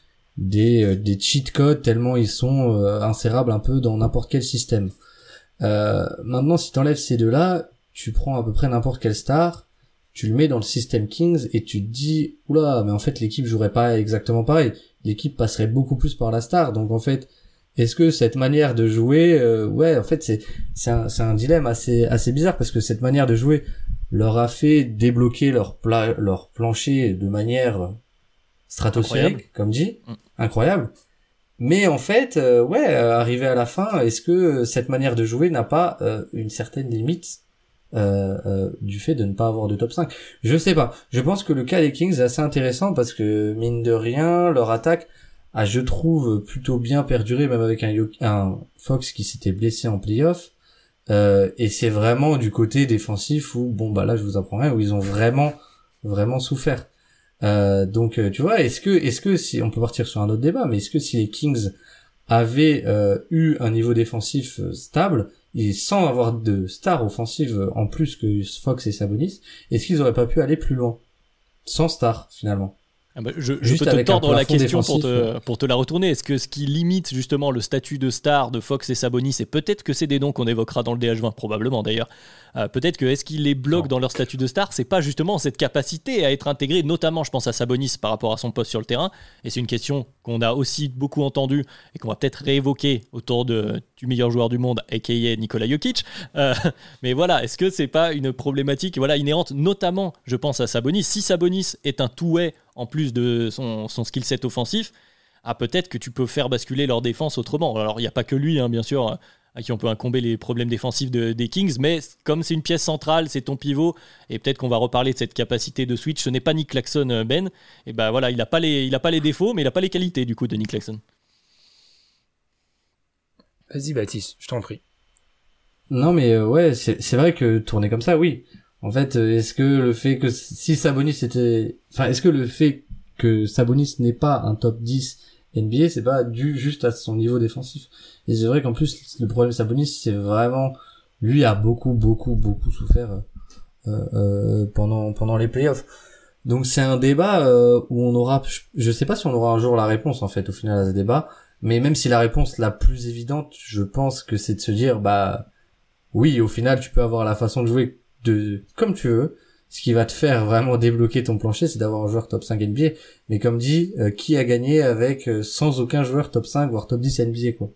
des cheat codes tellement ils sont insérables un peu dans n'importe quel système. Maintenant, si t'enlèves ces deux-là, tu prends à peu près n'importe quelle star, tu le mets dans le système Kings et tu te dis oula, mais en fait l'équipe jouerait pas exactement pareil. L'équipe passerait beaucoup plus par la star. Donc en fait, est-ce que cette manière de jouer, en fait c'est un dilemme assez bizarre, parce que cette manière de jouer leur a fait débloquer leur plancher de manière stratosphérique, comme dit, incroyable. Mais en fait, arrivé à la fin, est-ce que cette manière de jouer n'a pas une certaine limite du fait de ne pas avoir de top 5? Je sais pas. Je pense que le cas des Kings est assez intéressant parce que mine de rien, leur attaque a, je trouve, plutôt bien perduré, même avec un Fox qui s'était blessé en playoff. Et c'est vraiment du côté défensif où là je vous apprends rien, où ils ont vraiment souffert. Donc tu vois, est-ce que si on peut partir sur un autre débat, mais est-ce que si les Kings avaient eu un niveau défensif stable et sans avoir de stars offensives en plus que Fox et Sabonis, est-ce qu'ils auraient pas pu aller plus loin sans stars finalement? Je peux te tordre la question pour te la retourner. Est-ce que ce qui limite justement le statut de star de Fox et Sabonis, et peut-être que c'est des noms qu'on évoquera dans le DH20, probablement d'ailleurs, peut-être que est-ce qu'il les bloque dans leur statut de star, c'est pas justement cette capacité à être intégré, notamment je pense à Sabonis par rapport à son poste sur le terrain, et c'est une question qu'on a aussi beaucoup entendue et qu'on va peut-être réévoquer autour du meilleur joueur du monde, aka Nikola Jokic, mais voilà, est-ce que c'est pas une problématique inhérente, notamment je pense à Sabonis. Si Sabonis est un two-way en plus de son skill set offensif, peut-être que tu peux faire basculer leur défense autrement. Alors il n'y a pas que lui, bien sûr, à qui on peut incomber les problèmes défensifs des Kings, mais comme c'est une pièce centrale, c'est ton pivot, et peut-être qu'on va reparler de cette capacité de switch. Ce n'est pas Nick Claxton, Ben, et voilà, il n'a pas les défauts, mais il n'a pas les qualités du coup de Nick Claxton. Vas-y Baptiste, je t'en prie. Non mais ouais, c'est vrai que tourner comme ça, oui. En fait, est-ce que le fait que est-ce que le fait que Sabonis n'est pas un top 10 NBA, c'est pas dû juste à son niveau défensif. Et c'est vrai qu'en plus, le problème de Sabonis, c'est vraiment, lui a beaucoup souffert pendant les playoffs. Donc c'est un débat où on aura, je sais pas si on aura un jour la réponse en fait au final à ce débat, mais même si la réponse la plus évidente, je pense que c'est de se dire oui, au final tu peux avoir la façon de jouer comme tu veux. Ce qui va te faire vraiment débloquer ton plancher, c'est d'avoir un joueur top 5 NBA. Mais comme dit, qui a gagné avec sans aucun joueur top 5 voire top 10 NBA quoi.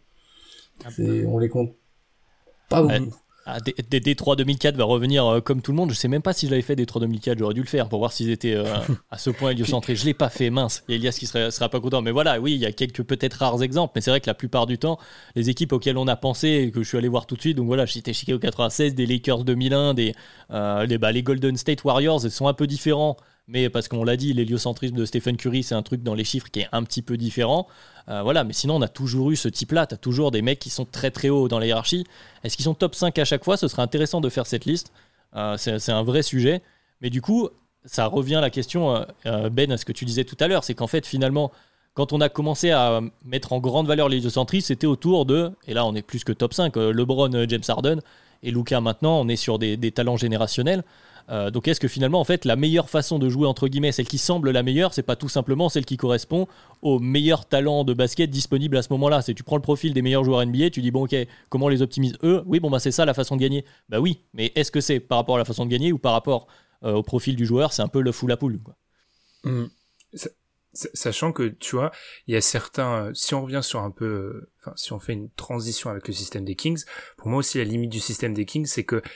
On les compte pas beaucoup. Détroit 2004 va revenir comme tout le monde. Je sais même pas si je l'avais fait Détroit 2004, j'aurais dû le faire pour voir s'ils étaient à ce point héliocentrés. Je l'ai pas fait, mince. Il y a Elias qui sera pas content. Mais voilà, oui, il y a quelques peut-être rares exemples, mais c'est vrai que la plupart du temps, les équipes auxquelles on a pensé et que je suis allé voir tout de suite, donc voilà, je citais Chicago 96, des Lakers 2001, les Golden State Warriors, ils sont un peu différents. Mais parce qu'on l'a dit, l'héliocentrisme de Stephen Curry, c'est un truc dans les chiffres qui est un petit peu différent. Voilà, mais sinon, on a toujours eu ce type-là. Tu as toujours des mecs qui sont très très hauts dans la hiérarchie. Est-ce qu'ils sont top 5 à chaque fois ? Ce serait intéressant de faire cette liste. C'est un vrai sujet. Mais du coup, ça revient à la question, Ben, à ce que tu disais tout à l'heure. C'est qu'en fait, finalement, quand on a commencé à mettre en grande valeur l'héliocentrisme, c'était autour de, et là on est plus que top 5, LeBron, James Harden et Luka maintenant, on est sur des talents générationnels. Donc est-ce que finalement en fait la meilleure façon de jouer entre guillemets, celle qui semble la meilleure, c'est pas tout simplement celle qui correspond aux meilleurs talents de basket disponibles à ce moment-là? C'est tu prends le profil des meilleurs joueurs NBA, tu dis bon ok, comment on les optimise eux? Oui c'est ça la façon de gagner. Bah oui, mais est-ce que c'est par rapport à la façon de gagner ou par rapport au profil du joueur? C'est un peu le fou la poule quoi. Sachant que tu vois, il y a certains, si on revient sur un peu, si on fait une transition avec le système des Kings, pour moi aussi la limite du système des Kings, c'est que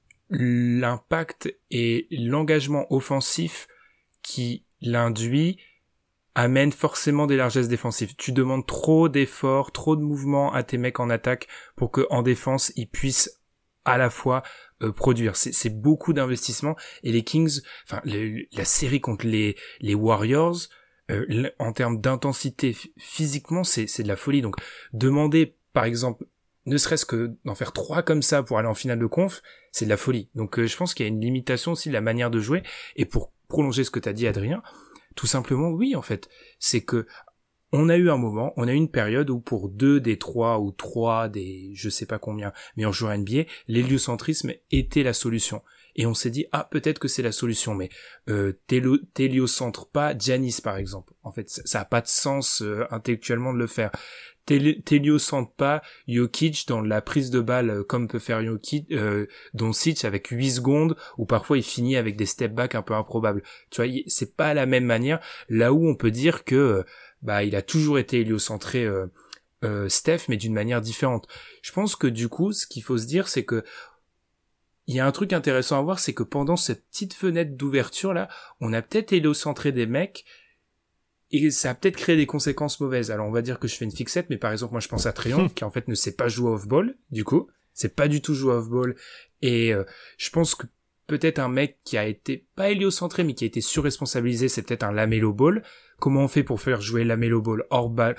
l'impact et l'engagement offensif qui l'induit amène forcément des largesses défensives. Tu demandes trop d'efforts, trop de mouvements à tes mecs en attaque pour que en défense ils puissent à la fois produire. C'est beaucoup d'investissement, et les Kings, la série contre les Warriors, en termes d'intensité physiquement, c'est de la folie. Donc demander par exemple ne serait-ce que d'en faire 3 comme ça pour aller en finale de conf, c'est de la folie. Donc je pense qu'il y a une limitation aussi de la manière de jouer. Et pour prolonger ce que t'as dit Adrien, tout simplement oui en fait, c'est que on a eu une période où pour 2 des 3 ou 3 des je sais pas combien meilleurs joueurs NBA, l'héliocentrisme était la solution. Et on s'est dit peut-être que c'est la solution, mais t'héliocentre pas Giannis par exemple. En fait ça a pas de sens intellectuellement de le faire. T'héliocentre pas Jokic dans la prise de balle comme peut faire Doncic avec 8 secondes, ou parfois il finit avec des step back un peu improbables. Tu vois, c'est pas la même manière. Là où on peut dire que il a toujours été héliocentré Steph, mais d'une manière différente. Je pense que du coup, ce qu'il faut se dire, c'est que il y a un truc intéressant à voir, c'est que pendant cette petite fenêtre d'ouverture là, on a peut-être héliocentré des mecs, et ça a peut-être créé des conséquences mauvaises. Alors on va dire que je fais une fixette, mais par exemple moi je pense à Trae Young qui en fait ne sait pas jouer off-ball, du coup, c'est pas du tout jouer off-ball, et je pense que peut-être un mec qui a été pas héliocentré mais qui a été surresponsabilisé, c'est peut-être un LaMelo Ball. Comment on fait pour faire jouer LaMelo Ball hors balle,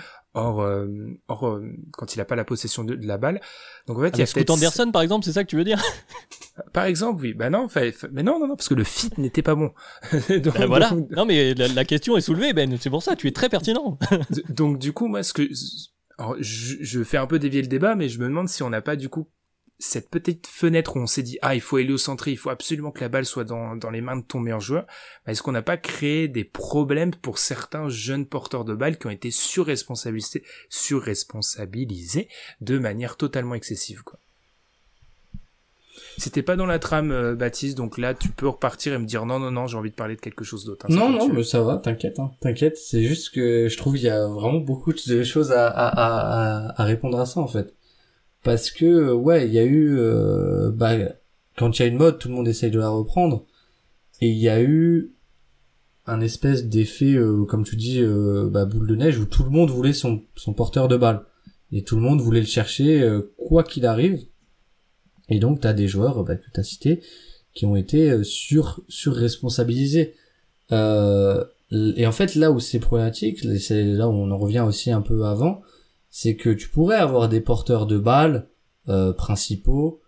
quand il a pas la possession de la balle? Donc en fait il y a Scoot Anderson par exemple, c'est ça que tu veux dire? Par exemple, oui. Mais non, parce que le fit n'était pas bon. Voilà. Non, mais la question est soulevée, Ben. C'est pour ça, tu es très pertinent. Donc, du coup, moi, alors, je fais un peu dévier le débat, mais je me demande si on n'a pas, du coup, cette petite fenêtre où on s'est dit il faut héliocentrer, il faut absolument que la balle soit dans les mains de ton meilleur joueur, est-ce qu'on n'a pas créé des problèmes pour certains jeunes porteurs de balles qui ont été surresponsabilisés de manière totalement excessive, quoi. C'était pas dans la trame, Baptiste, donc là tu peux repartir et me dire non, j'ai envie de parler de quelque chose d'autre. Non, mais ça va, t'inquiète, c'est juste que je trouve qu'il y a vraiment beaucoup de choses à répondre à ça, en fait. Parce que il y a eu quand il y a une mode, tout le monde essaye de la reprendre, et il y a eu un espèce d'effet comme tu dis boule de neige, où tout le monde voulait son porteur de balle et tout le monde voulait le chercher quoi qu'il arrive, et donc t'as des joueurs que t'as cités qui ont été surresponsabilisés, et en fait là où c'est problématique, et c'est là où on en revient aussi un peu avant, c'est que tu pourrais avoir des porteurs de balles principaux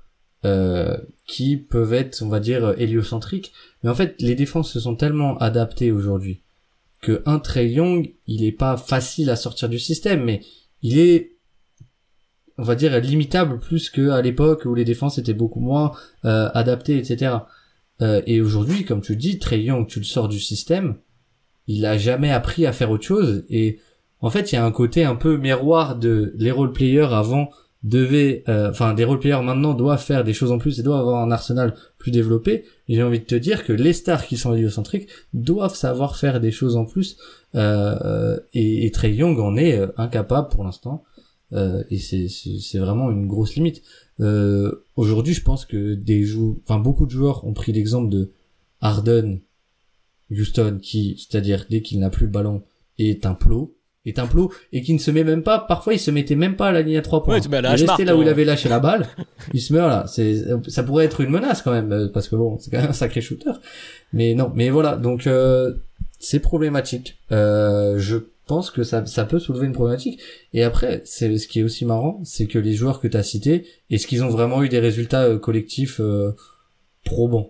qui peuvent être, on va dire, héliocentriques, mais en fait les défenses se sont tellement adaptées aujourd'hui que un Trae Young, il est pas facile à sortir du système, mais il est, on va dire, limitable plus qu'à l'époque où les défenses étaient beaucoup moins adaptées, etc. Et aujourd'hui, comme tu dis, Trae Young, tu le sors du système, il a jamais appris à faire autre chose, et en fait, il y a un côté un peu miroir de les role-players avant des role-players maintenant doivent faire des choses en plus et doivent avoir un arsenal plus développé. Et j'ai envie de te dire que les stars qui sont héliocentriques doivent savoir faire des choses en plus, et Trae Young en est incapable pour l'instant, et c'est vraiment une grosse limite. Aujourd'hui, je pense que beaucoup de joueurs ont pris l'exemple de Harden, Houston, qui, c'est-à-dire dès qu'il n'a plus le ballon, est un plot, et qui ne se met même pas, parfois il se mettait même pas à la ligne à 3 points. Ouais, il restait là où il avait lâché la balle, il se met là. Ça pourrait être une menace quand même, parce que bon, c'est quand même un sacré shooter. Mais non, mais voilà, donc c'est problématique. Je pense que ça peut soulever une problématique. Et après, ce qui est aussi marrant, c'est que les joueurs que t'as cités, est-ce qu'ils ont vraiment eu des résultats collectifs probants?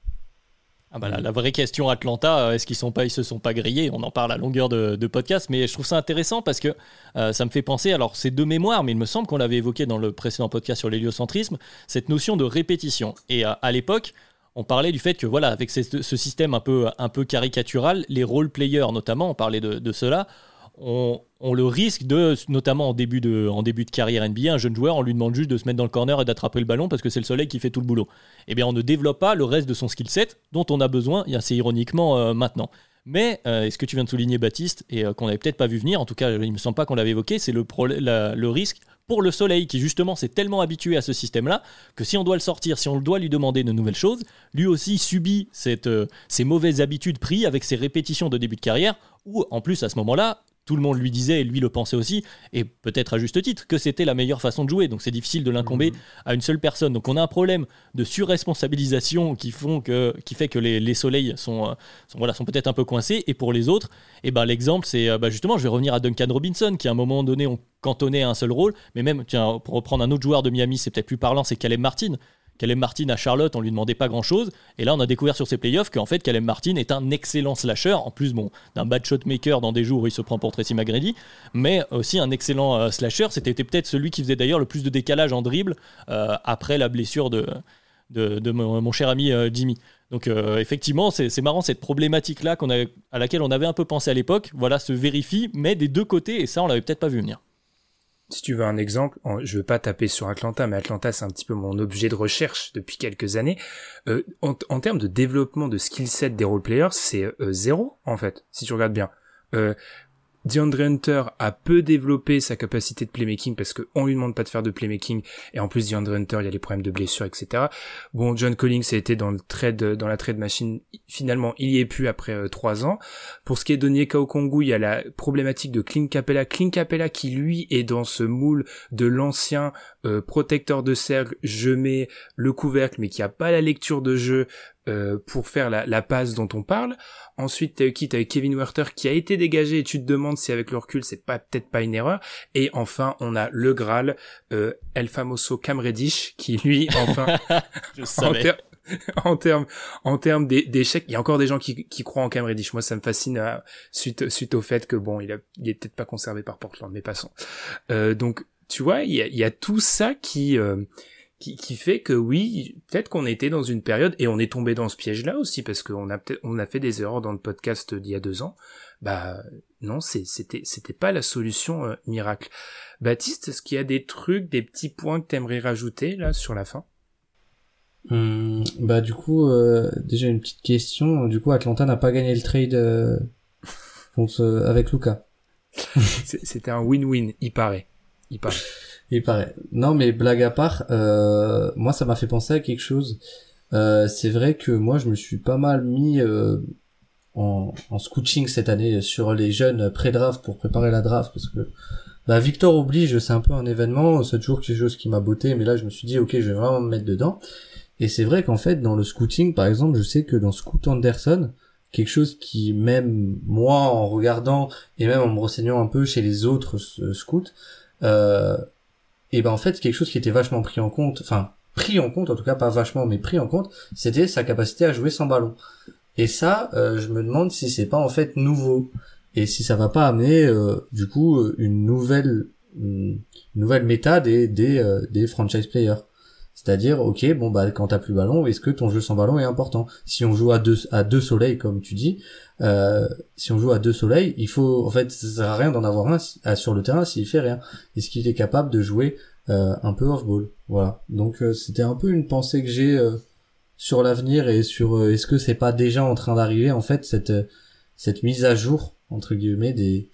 La vraie question Atlanta, est-ce ils se sont pas grillés? On en parle à longueur de podcast, mais je trouve ça intéressant parce que ça me fait penser, alors c'est de mémoire, mais il me semble qu'on l'avait évoqué dans le précédent podcast sur l'héliocentrisme, cette notion de répétition. Et à l'époque, on parlait du fait que voilà, avec ce système un peu caricatural, les role-players notamment, on parlait de cela, on le risque de, notamment en début de carrière NBA, un jeune joueur, on lui demande juste de se mettre dans le corner et d'attraper le ballon parce que c'est le soleil qui fait tout le boulot. Eh bien, on ne développe pas le reste de son skill set dont on a besoin, assez ironiquement maintenant. Mais ce que tu viens de souligner, Baptiste, et qu'on n'avait peut-être pas vu venir, en tout cas, il ne me semble pas qu'on l'avait évoqué, c'est le risque pour le soleil qui justement s'est tellement habitué à ce système-là que si on doit le sortir, si on doit lui demander de nouvelles choses, lui aussi subit ces mauvaises habitudes prises avec ses répétitions de début de carrière, où en plus à ce moment-là, tout le monde lui disait, et lui le pensait aussi, et peut-être à juste titre, que c'était la meilleure façon de jouer. Donc c'est difficile de l'incomber à une seule personne. Donc on a un problème de surresponsabilisation qui fait que les soleils sont peut-être un peu coincés. Et pour les autres, l'exemple, c'est justement, je vais revenir à Duncan Robinson, qui à un moment donné ont cantonné à un seul rôle. Mais même, tiens, pour reprendre un autre joueur de Miami, c'est peut-être plus parlant, c'est Caleb Martin. Caleb Martin à Charlotte, on lui demandait pas grand-chose. Et là, on a découvert sur ses playoffs qu'en fait, Caleb Martin est un excellent slasher. En plus, d'un bad shot maker dans des jours où il se prend pour Tracy McGrady. Mais aussi un excellent slasher. C'était peut-être celui qui faisait d'ailleurs le plus de décalage en dribble après la blessure de mon cher ami Jimmy. Donc effectivement, c'est marrant cette problématique-là à laquelle on avait un peu pensé à l'époque. Voilà, se vérifie, mais des deux côtés. Et ça, on l'avait peut-être pas vu venir. Si tu veux un exemple, je veux pas taper sur Atlanta, mais Atlanta c'est un petit peu mon objet de recherche depuis quelques années. En termes de développement de skill set des role-players, c'est zéro en fait, si tu regardes bien. DeAndre Hunter a peu développé sa capacité de playmaking parce qu'on lui demande pas de faire de playmaking, et en plus DeAndre Hunter, il y a les problèmes de blessures, etc. Bon, John Collins a été dans la trade machine, finalement il y est plus après 3 ans. Pour ce qui est d'Onyeka Okongwu, il y a la problématique de Clint Capella qui lui est dans ce moule de l'ancien protecteur de cercle, je mets le couvercle, mais qui a pas la lecture de jeu pour faire la passe dont on parle. Ensuite, t'as eu Kevin Huerter qui a été dégagé, et tu te demandes si avec le recul c'est peut-être pas une erreur. Et enfin, on a le Graal, El Famoso Cam Reddish, qui lui, enfin, en termes d'échecs, il y a encore des gens qui croient en Cam Reddish. Moi, ça me fascine suite au fait que il est peut-être pas conservé par Portland, mais passons. Donc, tu vois, il y a tout ça qui qui fait que oui, peut-être qu'on était dans une période, et on est tombé dans ce piège-là aussi, parce qu'on a fait des erreurs dans le podcast d'il y a 2 ans. Bah non, c'était pas la solution miracle. Baptiste, est-ce qu'il y a des trucs, des petits points que t'aimerais rajouter là sur la fin? Bah du coup, déjà une petite question. Du coup, Atlanta n'a pas gagné le trade avec Luka. C'était un win-win, il paraît. Il paraît. Non, mais blague à part, moi ça m'a fait penser à quelque chose. C'est vrai que moi je me suis pas mal mis en scouting cette année sur les jeunes pré-draft pour préparer la draft, parce que bah Victor oblige, c'est un peu un événement, c'est toujours quelque chose qui m'a botté, mais là je me suis dit ok, je vais vraiment me mettre dedans. Et c'est vrai qu'en fait dans le scouting par exemple, je sais que dans Scoot Anderson, quelque chose qui même moi en regardant et même en me renseignant un peu chez les autres scouts, et ben en fait quelque chose qui était vachement pris en compte en tout cas pas vachement mais pris en compte, c'était sa capacité à jouer sans ballon. Et ça je me demande si c'est pas en fait nouveau et si ça va pas amener du coup une nouvelle méta des franchise players. C'est-à-dire ok, bon bah quand t'as plus le ballon, est-ce que ton jeu sans ballon est important? Si on joue à deux soleils comme tu dis, si on joue à 2 soleils, il faut en fait ça sert à rien d'en avoir un sur le terrain s'il fait rien. Est-ce qu'il est capable de jouer un peu off-ball? Voilà. Donc c'était un peu une pensée que j'ai sur l'avenir et sur est-ce que c'est pas déjà en train d'arriver en fait cette mise à jour entre guillemets des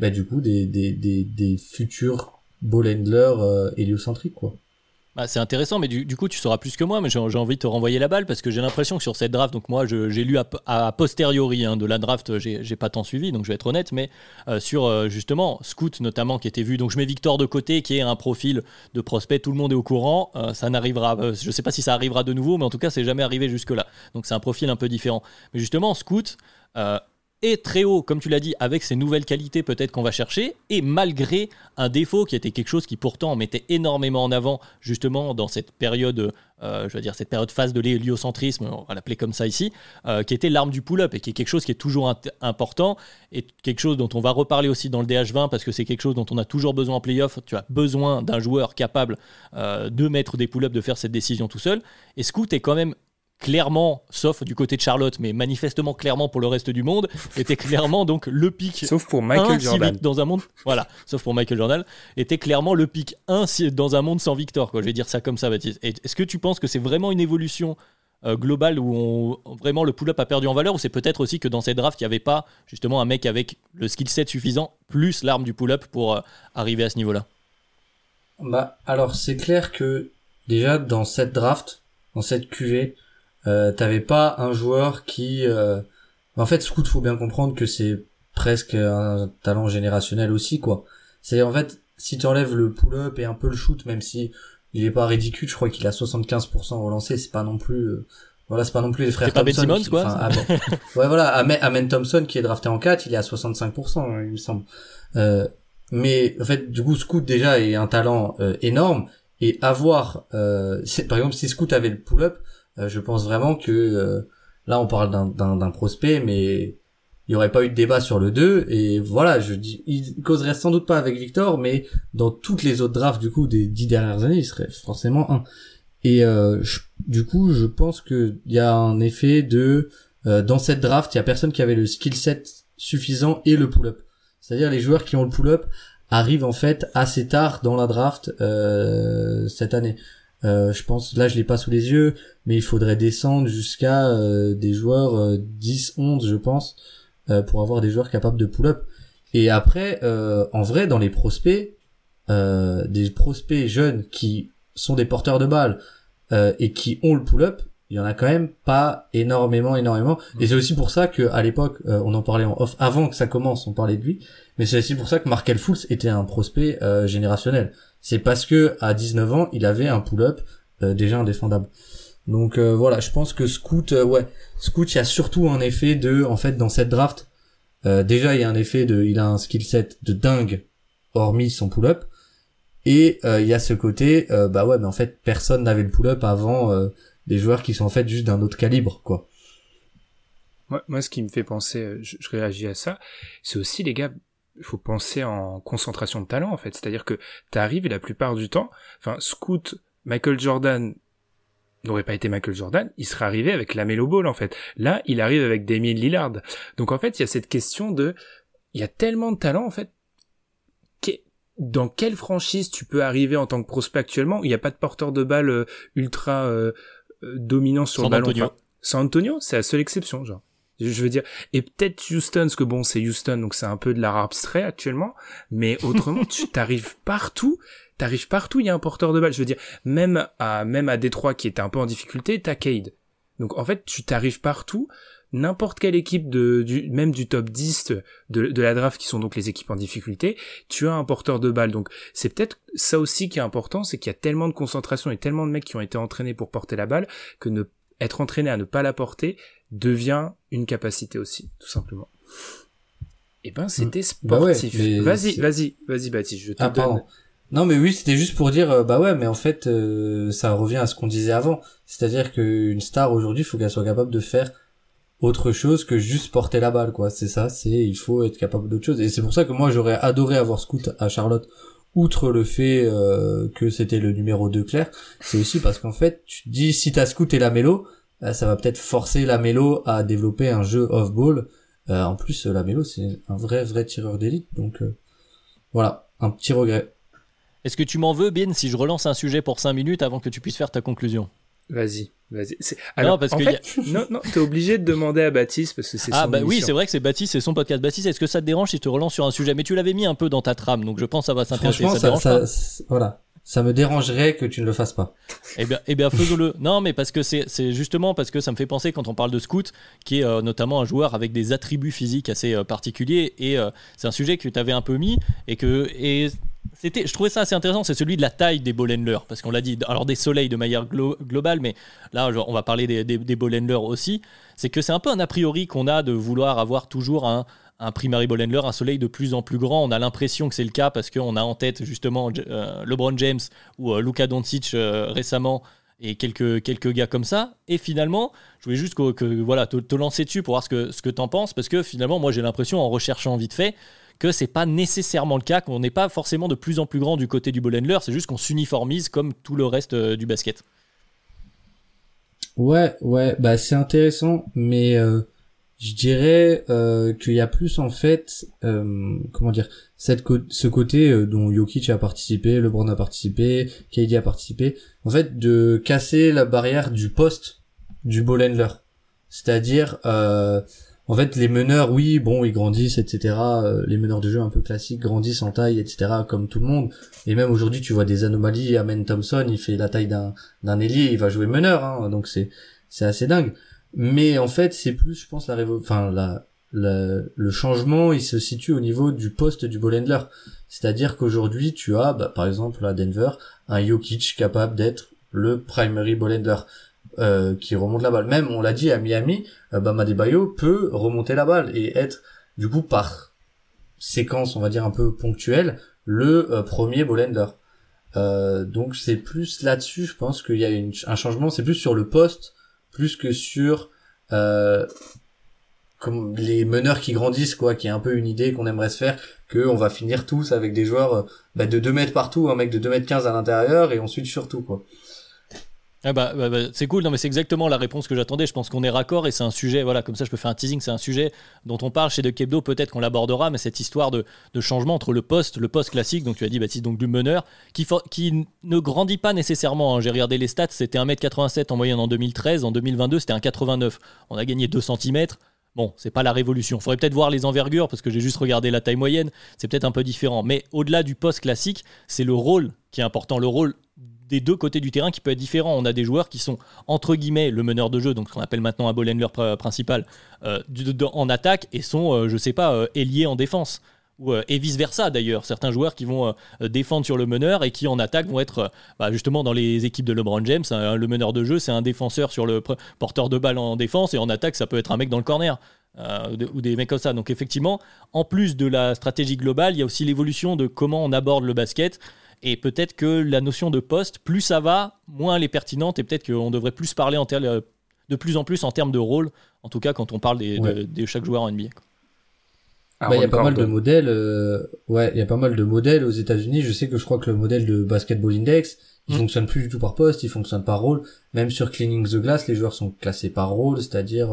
futurs ball handlers héliocentriques quoi. Bah, c'est intéressant, mais du coup, tu sauras plus que moi, mais j'ai envie de te renvoyer la balle parce que j'ai l'impression que sur cette draft, donc moi, j'ai lu à posteriori de la draft, j'ai pas tant suivi, donc je vais être honnête, mais sur justement Scoot notamment qui était vu, donc je mets Victor de côté, qui est un profil de prospect, tout le monde est au courant, ça n'arrivera, je sais pas si ça arrivera de nouveau, mais en tout cas, c'est jamais arrivé jusque-là, donc c'est un profil un peu différent. Mais justement, Scoot est très haut, comme tu l'as dit, avec ses nouvelles qualités peut-être qu'on va chercher, et malgré un défaut qui était quelque chose qui pourtant mettait énormément en avant justement dans cette période, cette période phase de l'héliocentrisme, on va l'appeler comme ça ici, qui était l'arme du pull-up, et qui est quelque chose qui est toujours important, et quelque chose dont on va reparler aussi dans le DH20, parce que c'est quelque chose dont on a toujours besoin en play-off. Tu as besoin d'un joueur capable de mettre des pull-ups, de faire cette décision tout seul, et Scoot est quand même clairement, sauf du côté de Charlotte, mais manifestement clairement pour le reste du monde, était clairement donc le pick sauf pour Michael Jordan dans un monde, voilà, sauf pour Michael Jordan, était clairement le pick 1 dans un monde sans Victor, quoi. Je vais dire ça comme ça, Baptiste. Et est-ce que tu penses que c'est vraiment une évolution globale où vraiment le pull-up a perdu en valeur, ou c'est peut-être aussi que dans cette draft il n'y avait pas justement un mec avec le skill set suffisant plus l'arme du pull-up pour arriver à ce niveau-là? Bah alors c'est clair que déjà dans cette draft, dans cette QV, t'avais pas un joueur qui en fait Scoot, faut bien comprendre que c'est presque un talent générationnel aussi quoi. C'est en fait si tu enlèves le pull-up et un peu le shoot, même si il est pas ridicule, je crois qu'il a 75% relancé, c'est pas non plus c'est pas non plus les frères Thompson. C'est pas Ben Simmons quoi. Ouais voilà, Amen Thompson qui est drafté en 4, il est à 65% il me semble. Mais en fait du coup Scoot déjà est un talent énorme, et avoir par exemple si Scoot avait le pull-up, je pense vraiment que là on parle d'un prospect, mais il y aurait pas eu de débat sur le 2, et voilà, je dis il causerait sans doute pas avec Victor, mais dans toutes les autres drafts du coup des 10 dernières années, il serait forcément un. Et du coup, je pense que il y a un effet de dans cette draft, il y a personne qui avait le skill set suffisant et le pull-up. C'est-à-dire les joueurs qui ont le pull-up arrivent en fait assez tard dans la draft cette année. Je pense, là je l'ai pas sous les yeux, mais il faudrait descendre jusqu'à des joueurs 10-11 je pense, pour avoir des joueurs capables de pull-up. Et après en vrai dans les prospects, des prospects jeunes qui sont des porteurs de balles et qui ont le pull-up, il y en a quand même pas énormément. Et c'est aussi pour ça que à l'époque on en parlait en off avant que ça commence, on parlait de lui, mais c'est aussi pour ça que Markelle Fultz était un prospect générationnel. C'est parce que à 19 ans, il avait un pull-up déjà indéfendable. Donc voilà, je pense que Scoot, il y a surtout un effet de, en fait, dans cette draft, déjà il y a un effet de, il a un skill set de dingue, hormis son pull-up, et il y a ce côté, mais en fait personne n'avait le pull-up avant des joueurs qui sont en fait juste d'un autre calibre, quoi. Moi, ce qui me fait penser, je réagis à ça, c'est aussi les gars. Il faut penser en concentration de talent en fait, c'est-à-dire que t'arrives et la plupart du temps, Scoot Michael Jordan n'aurait pas été Michael Jordan, il serait arrivé avec LaMelo Ball, en fait. Là, il arrive avec Damian Lillard. Donc, en fait, il y a cette question il y a tellement de talent, en fait. Dans quelle franchise tu peux arriver en tant que prospect actuellement où il n'y a pas de porteur de balle ultra dominant sur le ballon. Enfin, San Antonio, c'est la seule exception, genre. Je veux dire, et peut-être Houston, parce que bon, c'est Houston, donc c'est un peu de l'art abstrait actuellement, mais autrement, t'arrives partout, il y a un porteur de balle. Je veux dire, même à Détroit, qui était un peu en difficulté, t'as Cade. Donc, en fait, tu t'arrives partout, n'importe quelle équipe même du top 10 de la draft, qui sont donc les équipes en difficulté, tu as un porteur de balle. Donc, c'est peut-être ça aussi qui est important, c'est qu'il y a tellement de concentration et tellement de mecs qui ont été entraînés pour porter la balle, que être entraîné à ne pas la porter devient une capacité aussi, tout simplement. Eh ben, c'était sportif. Bah ouais, vas-y, Baptiste, je te donne. Pardon. Non, mais oui, c'était juste pour dire, bah ouais, mais en fait, ça revient à ce qu'on disait avant. C'est-à-dire qu'une star aujourd'hui, il faut qu'elle soit capable de faire autre chose que juste porter la balle, quoi. C'est ça, il faut être capable d'autre chose. Et c'est pour ça que moi, j'aurais adoré avoir Scoot à Charlotte, outre le fait que c'était le numéro 2 clair. C'est aussi parce qu'en fait, tu te dis, si t'as Scoot et LaMelo, ça va peut-être forcer LaMelo à développer un jeu off-ball. En plus, LaMelo, c'est un vrai tireur d'élite. Donc, voilà, un petit regret. Est-ce que tu m'en veux, Bien, si je relance un sujet pour 5 minutes avant que tu puisses faire ta conclusion ? Vas-y. Alors, non, parce que non, t'es obligé de demander à Baptiste parce que c'est son émission. Oui, c'est vrai que c'est Baptiste, c'est son podcast. Baptiste, est-ce que ça te dérange si je te relance sur un sujet ? Mais tu l'avais mis un peu dans ta trame, donc je pense que ça va s'intéresser. Franchement, voilà. Ça me dérangerait que tu ne le fasses pas. Eh bien, faisons-le. Non, mais parce que c'est justement parce que ça me fait penser quand on parle de Scoot, qui est notamment un joueur avec des attributs physiques assez particuliers, et c'est un sujet que tu avais un peu mis, je trouvais ça assez intéressant, c'est celui de la taille des ball handlers, parce qu'on l'a dit, alors des soleils de manière globale, mais là, on va parler des ball handlers aussi. C'est que c'est un peu un a priori qu'on a de vouloir avoir toujours un primary ball handler, un soleil de plus en plus grand. On a l'impression que c'est le cas parce qu'on a en tête justement LeBron James ou Luka Doncic récemment et quelques gars comme ça. Et finalement, je voulais juste te lancer dessus pour voir ce que t'en penses, parce que finalement, moi j'ai l'impression en recherchant vite fait que c'est pas nécessairement le cas, qu'on n'est pas forcément de plus en plus grand du côté du ball handler, c'est juste qu'on s'uniformise comme tout le reste du basket. Ouais, bah c'est intéressant, mais je dirais qu'il y a plus en fait, comment dire, ce côté dont Jokic a participé, LeBron a participé, KD a participé, en fait de casser la barrière du poste du ball handler. C'est-à-dire, en fait, les meneurs, oui, bon, ils grandissent, etc. Les meneurs de jeu un peu classiques grandissent en taille, etc. Comme tout le monde. Et même aujourd'hui, tu vois des anomalies. Amen Thompson, il fait la taille d'un ailier, il va jouer meneur, hein. Donc c'est assez dingue. Mais en fait, c'est plus, je pense, le changement, il se situe au niveau du poste du ball handler. C'est-à-dire qu'aujourd'hui, tu as, par exemple, à Denver, un Jokic capable d'être le primary ball handler. Qui remonte la balle. Même, on l'a dit, à Miami, Bam Adebayo peut remonter la balle et être, du coup, par séquence, on va dire un peu ponctuelle, le premier ball handler. Donc c'est plus là-dessus, je pense qu'il y a un changement, c'est plus sur le poste, plus que sur comme les meneurs qui grandissent, quoi, qui est un peu une idée qu'on aimerait se faire, que on va finir tous avec des joueurs de 2 mètres partout, un mec de 2m15 à l'intérieur, et ensuite surtout, quoi. Ah c'est cool, non mais c'est exactement la réponse que j'attendais, je pense qu'on est raccord et c'est un sujet, voilà, comme ça je peux faire un teasing, c'est un sujet dont on parle chez De Kebdo, peut-être qu'on l'abordera, mais cette histoire de changement entre le poste classique, donc tu as dit Baptiste, donc du meneur, qui ne grandit pas nécessairement, hein. J'ai regardé les stats, c'était 1m87 en moyenne en 2013, en 2022 c'était 1m89, on a gagné 2 cm, bon, c'est pas la révolution, faudrait peut-être voir les envergures, parce que j'ai juste regardé la taille moyenne, c'est peut-être un peu différent, mais au-delà du poste classique, c'est le rôle qui est important, le rôle des deux côtés du terrain qui peut être différent. On a des joueurs qui sont entre guillemets le meneur de jeu, donc ce qu'on appelle maintenant un ball handler principal en attaque, et sont ailiers en défense, et vice versa d'ailleurs. Certains joueurs qui vont défendre sur le meneur et qui en attaque vont être justement dans les équipes de LeBron James, le meneur de jeu c'est un défenseur sur le porteur de balle en défense, et en attaque ça peut être un mec dans le corner. Ou des mecs comme ça. Donc effectivement, en plus de la stratégie globale, il y a aussi l'évolution de comment on aborde le basket. Et peut-être que la notion de poste, plus ça va, moins elle est pertinente, et peut-être qu'on devrait plus parler de plus en plus en termes de rôle, en tout cas quand on parle de chaque joueur en NBA. Il y a pas mal de modèles. Il y a pas mal de modèles aux États-Unis. Je sais que je crois que le modèle de Basketball Index, Ils fonctionnent plus du tout par poste, ils fonctionnent par rôle. Même sur Cleaning the Glass, les joueurs sont classés par rôle, c'est-à-dire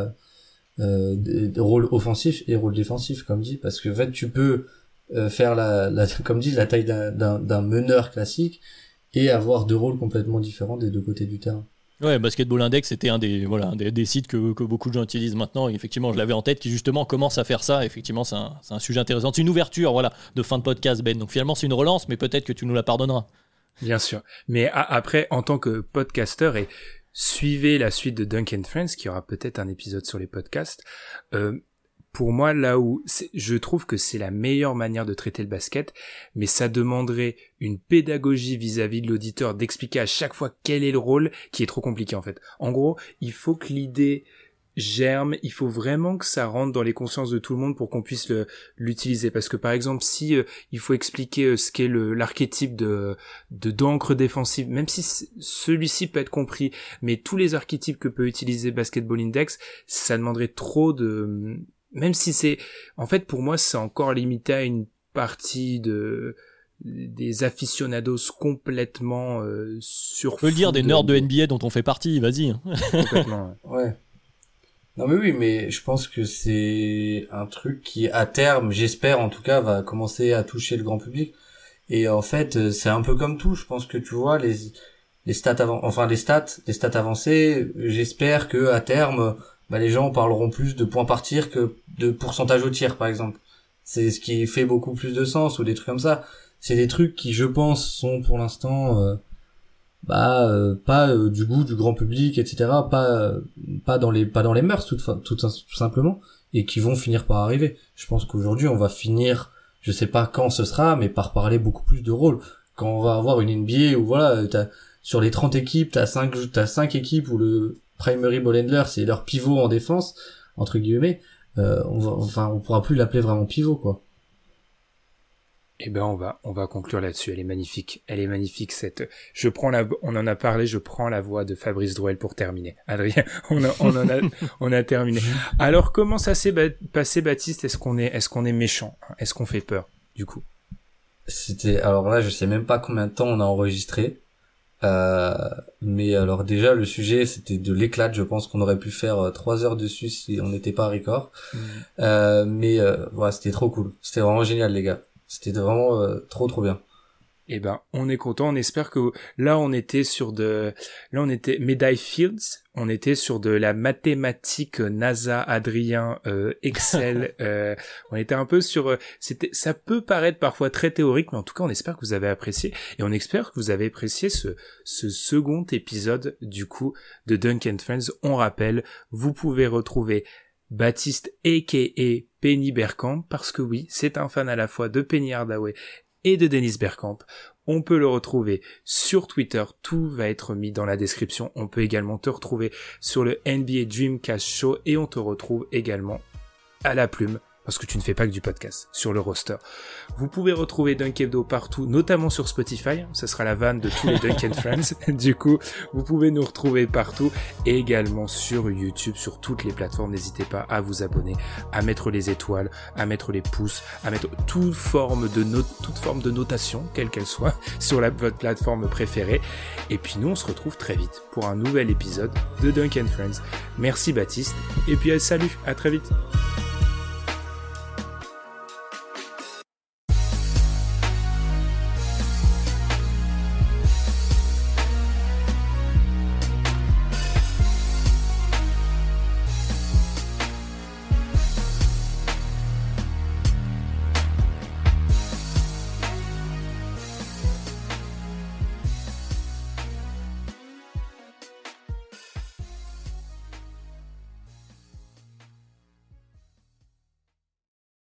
rôle offensif et rôle défensif, comme dit, parce que en fait tu peux faire comme dit, la taille d'un meneur classique et avoir 2 rôles complètement différents des 2 côtés du terrain. Ouais, Basketball Index, c'était un des sites que beaucoup de gens utilisent maintenant. Et effectivement, je l'avais en tête, qui justement commence à faire ça. Effectivement, c'est un sujet intéressant. C'est une ouverture, de fin de podcast, Ben. Donc finalement, c'est une relance, mais peut-être que tu nous la pardonneras. Bien sûr. Mais après, en tant que podcasteur, et suivez la suite de Dunk & Friends, qui aura peut-être un épisode sur les podcasts, pour moi, là où je trouve que c'est la meilleure manière de traiter le basket, mais ça demanderait une pédagogie vis-à-vis de l'auditeur, d'expliquer à chaque fois quel est le rôle, qui est trop compliqué en fait. En gros, il faut que l'idée germe, il faut vraiment que ça rentre dans les consciences de tout le monde pour qu'on puisse l'utiliser. Parce que par exemple, si il faut expliquer ce qu'est l'archétype de d'encre défensive, même si celui-ci peut être compris, mais tous les archétypes que peut utiliser Basketball Index, ça demanderait trop de... Même si c'est... En fait, pour moi, c'est encore limité à une partie des aficionados complètement sur. On peut le dire, des nerds de NBA dont on fait partie, vas-y. Complètement, ouais. Non mais oui, mais je pense que c'est un truc qui, à terme, j'espère en tout cas, va commencer à toucher le grand public. Et en fait, c'est un peu comme tout. Je pense que tu vois, les stats avancées, j'espère que à terme... les gens parleront plus de points par tir que de pourcentage au tir, par exemple. C'est ce qui fait beaucoup plus de sens, ou des trucs comme ça. C'est des trucs qui, je pense, sont pour l'instant pas du goût du grand public, etc. Pas dans les mœurs, tout simplement, et qui vont finir par arriver. Je pense qu'aujourd'hui, on va finir, je sais pas quand ce sera, mais par parler beaucoup plus de rôles. Quand on va avoir une NBA où sur les 30 équipes, t'as 5 équipes où le primary ball handler, c'est leur pivot en défense, entre guillemets, on pourra plus l'appeler vraiment pivot, quoi. Eh ben, on va conclure là-dessus. Elle est magnifique, on en a parlé, je prends la voix de Fabrice Drouel pour terminer. Adrien, on a terminé. Alors, comment ça s'est passé, Baptiste? Est-ce qu'on est méchant? Est-ce qu'on fait peur, du coup? Alors là, je sais même pas combien de temps on a enregistré. Mais alors déjà le sujet c'était de l'éclate, je pense qu'on aurait pu faire 3 heures dessus si on n'était pas à record. Mais c'était trop cool, c'était vraiment génial les gars, c'était vraiment trop bien. Eh ben, on est content, on espère que là on était Médaille Fields, on était sur de la mathématique NASA, Adrien, Excel, on était un peu sur, ça peut paraître parfois très théorique, mais en tout cas on espère que vous avez apprécié, et on espère que vous avez apprécié ce second épisode, du coup, de Dunk & Friends. On rappelle, vous pouvez retrouver Baptiste aka Penny Bergkamp, parce que oui, c'est un fan à la fois de Penny Hardaway et de Dennis Bergkamp. On peut le retrouver sur Twitter, tout va être mis dans la description. On peut également te retrouver sur le NBA Dreamcast Show, et on te retrouve également à la plume, parce que tu ne fais pas que du podcast, sur le roster. Vous pouvez retrouver Dunk Hebdo partout, notamment sur Spotify, ça sera la vanne de tous les Dunk & Friends. Du coup, vous pouvez nous retrouver partout, et également sur YouTube, sur toutes les plateformes. N'hésitez pas à vous abonner, à mettre les étoiles, à mettre les pouces, à mettre toute forme de notation, quelle qu'elle soit, sur votre plateforme préférée. Et puis nous, on se retrouve très vite pour un nouvel épisode de Dunk & Friends. Merci Baptiste, et puis salut, à très vite.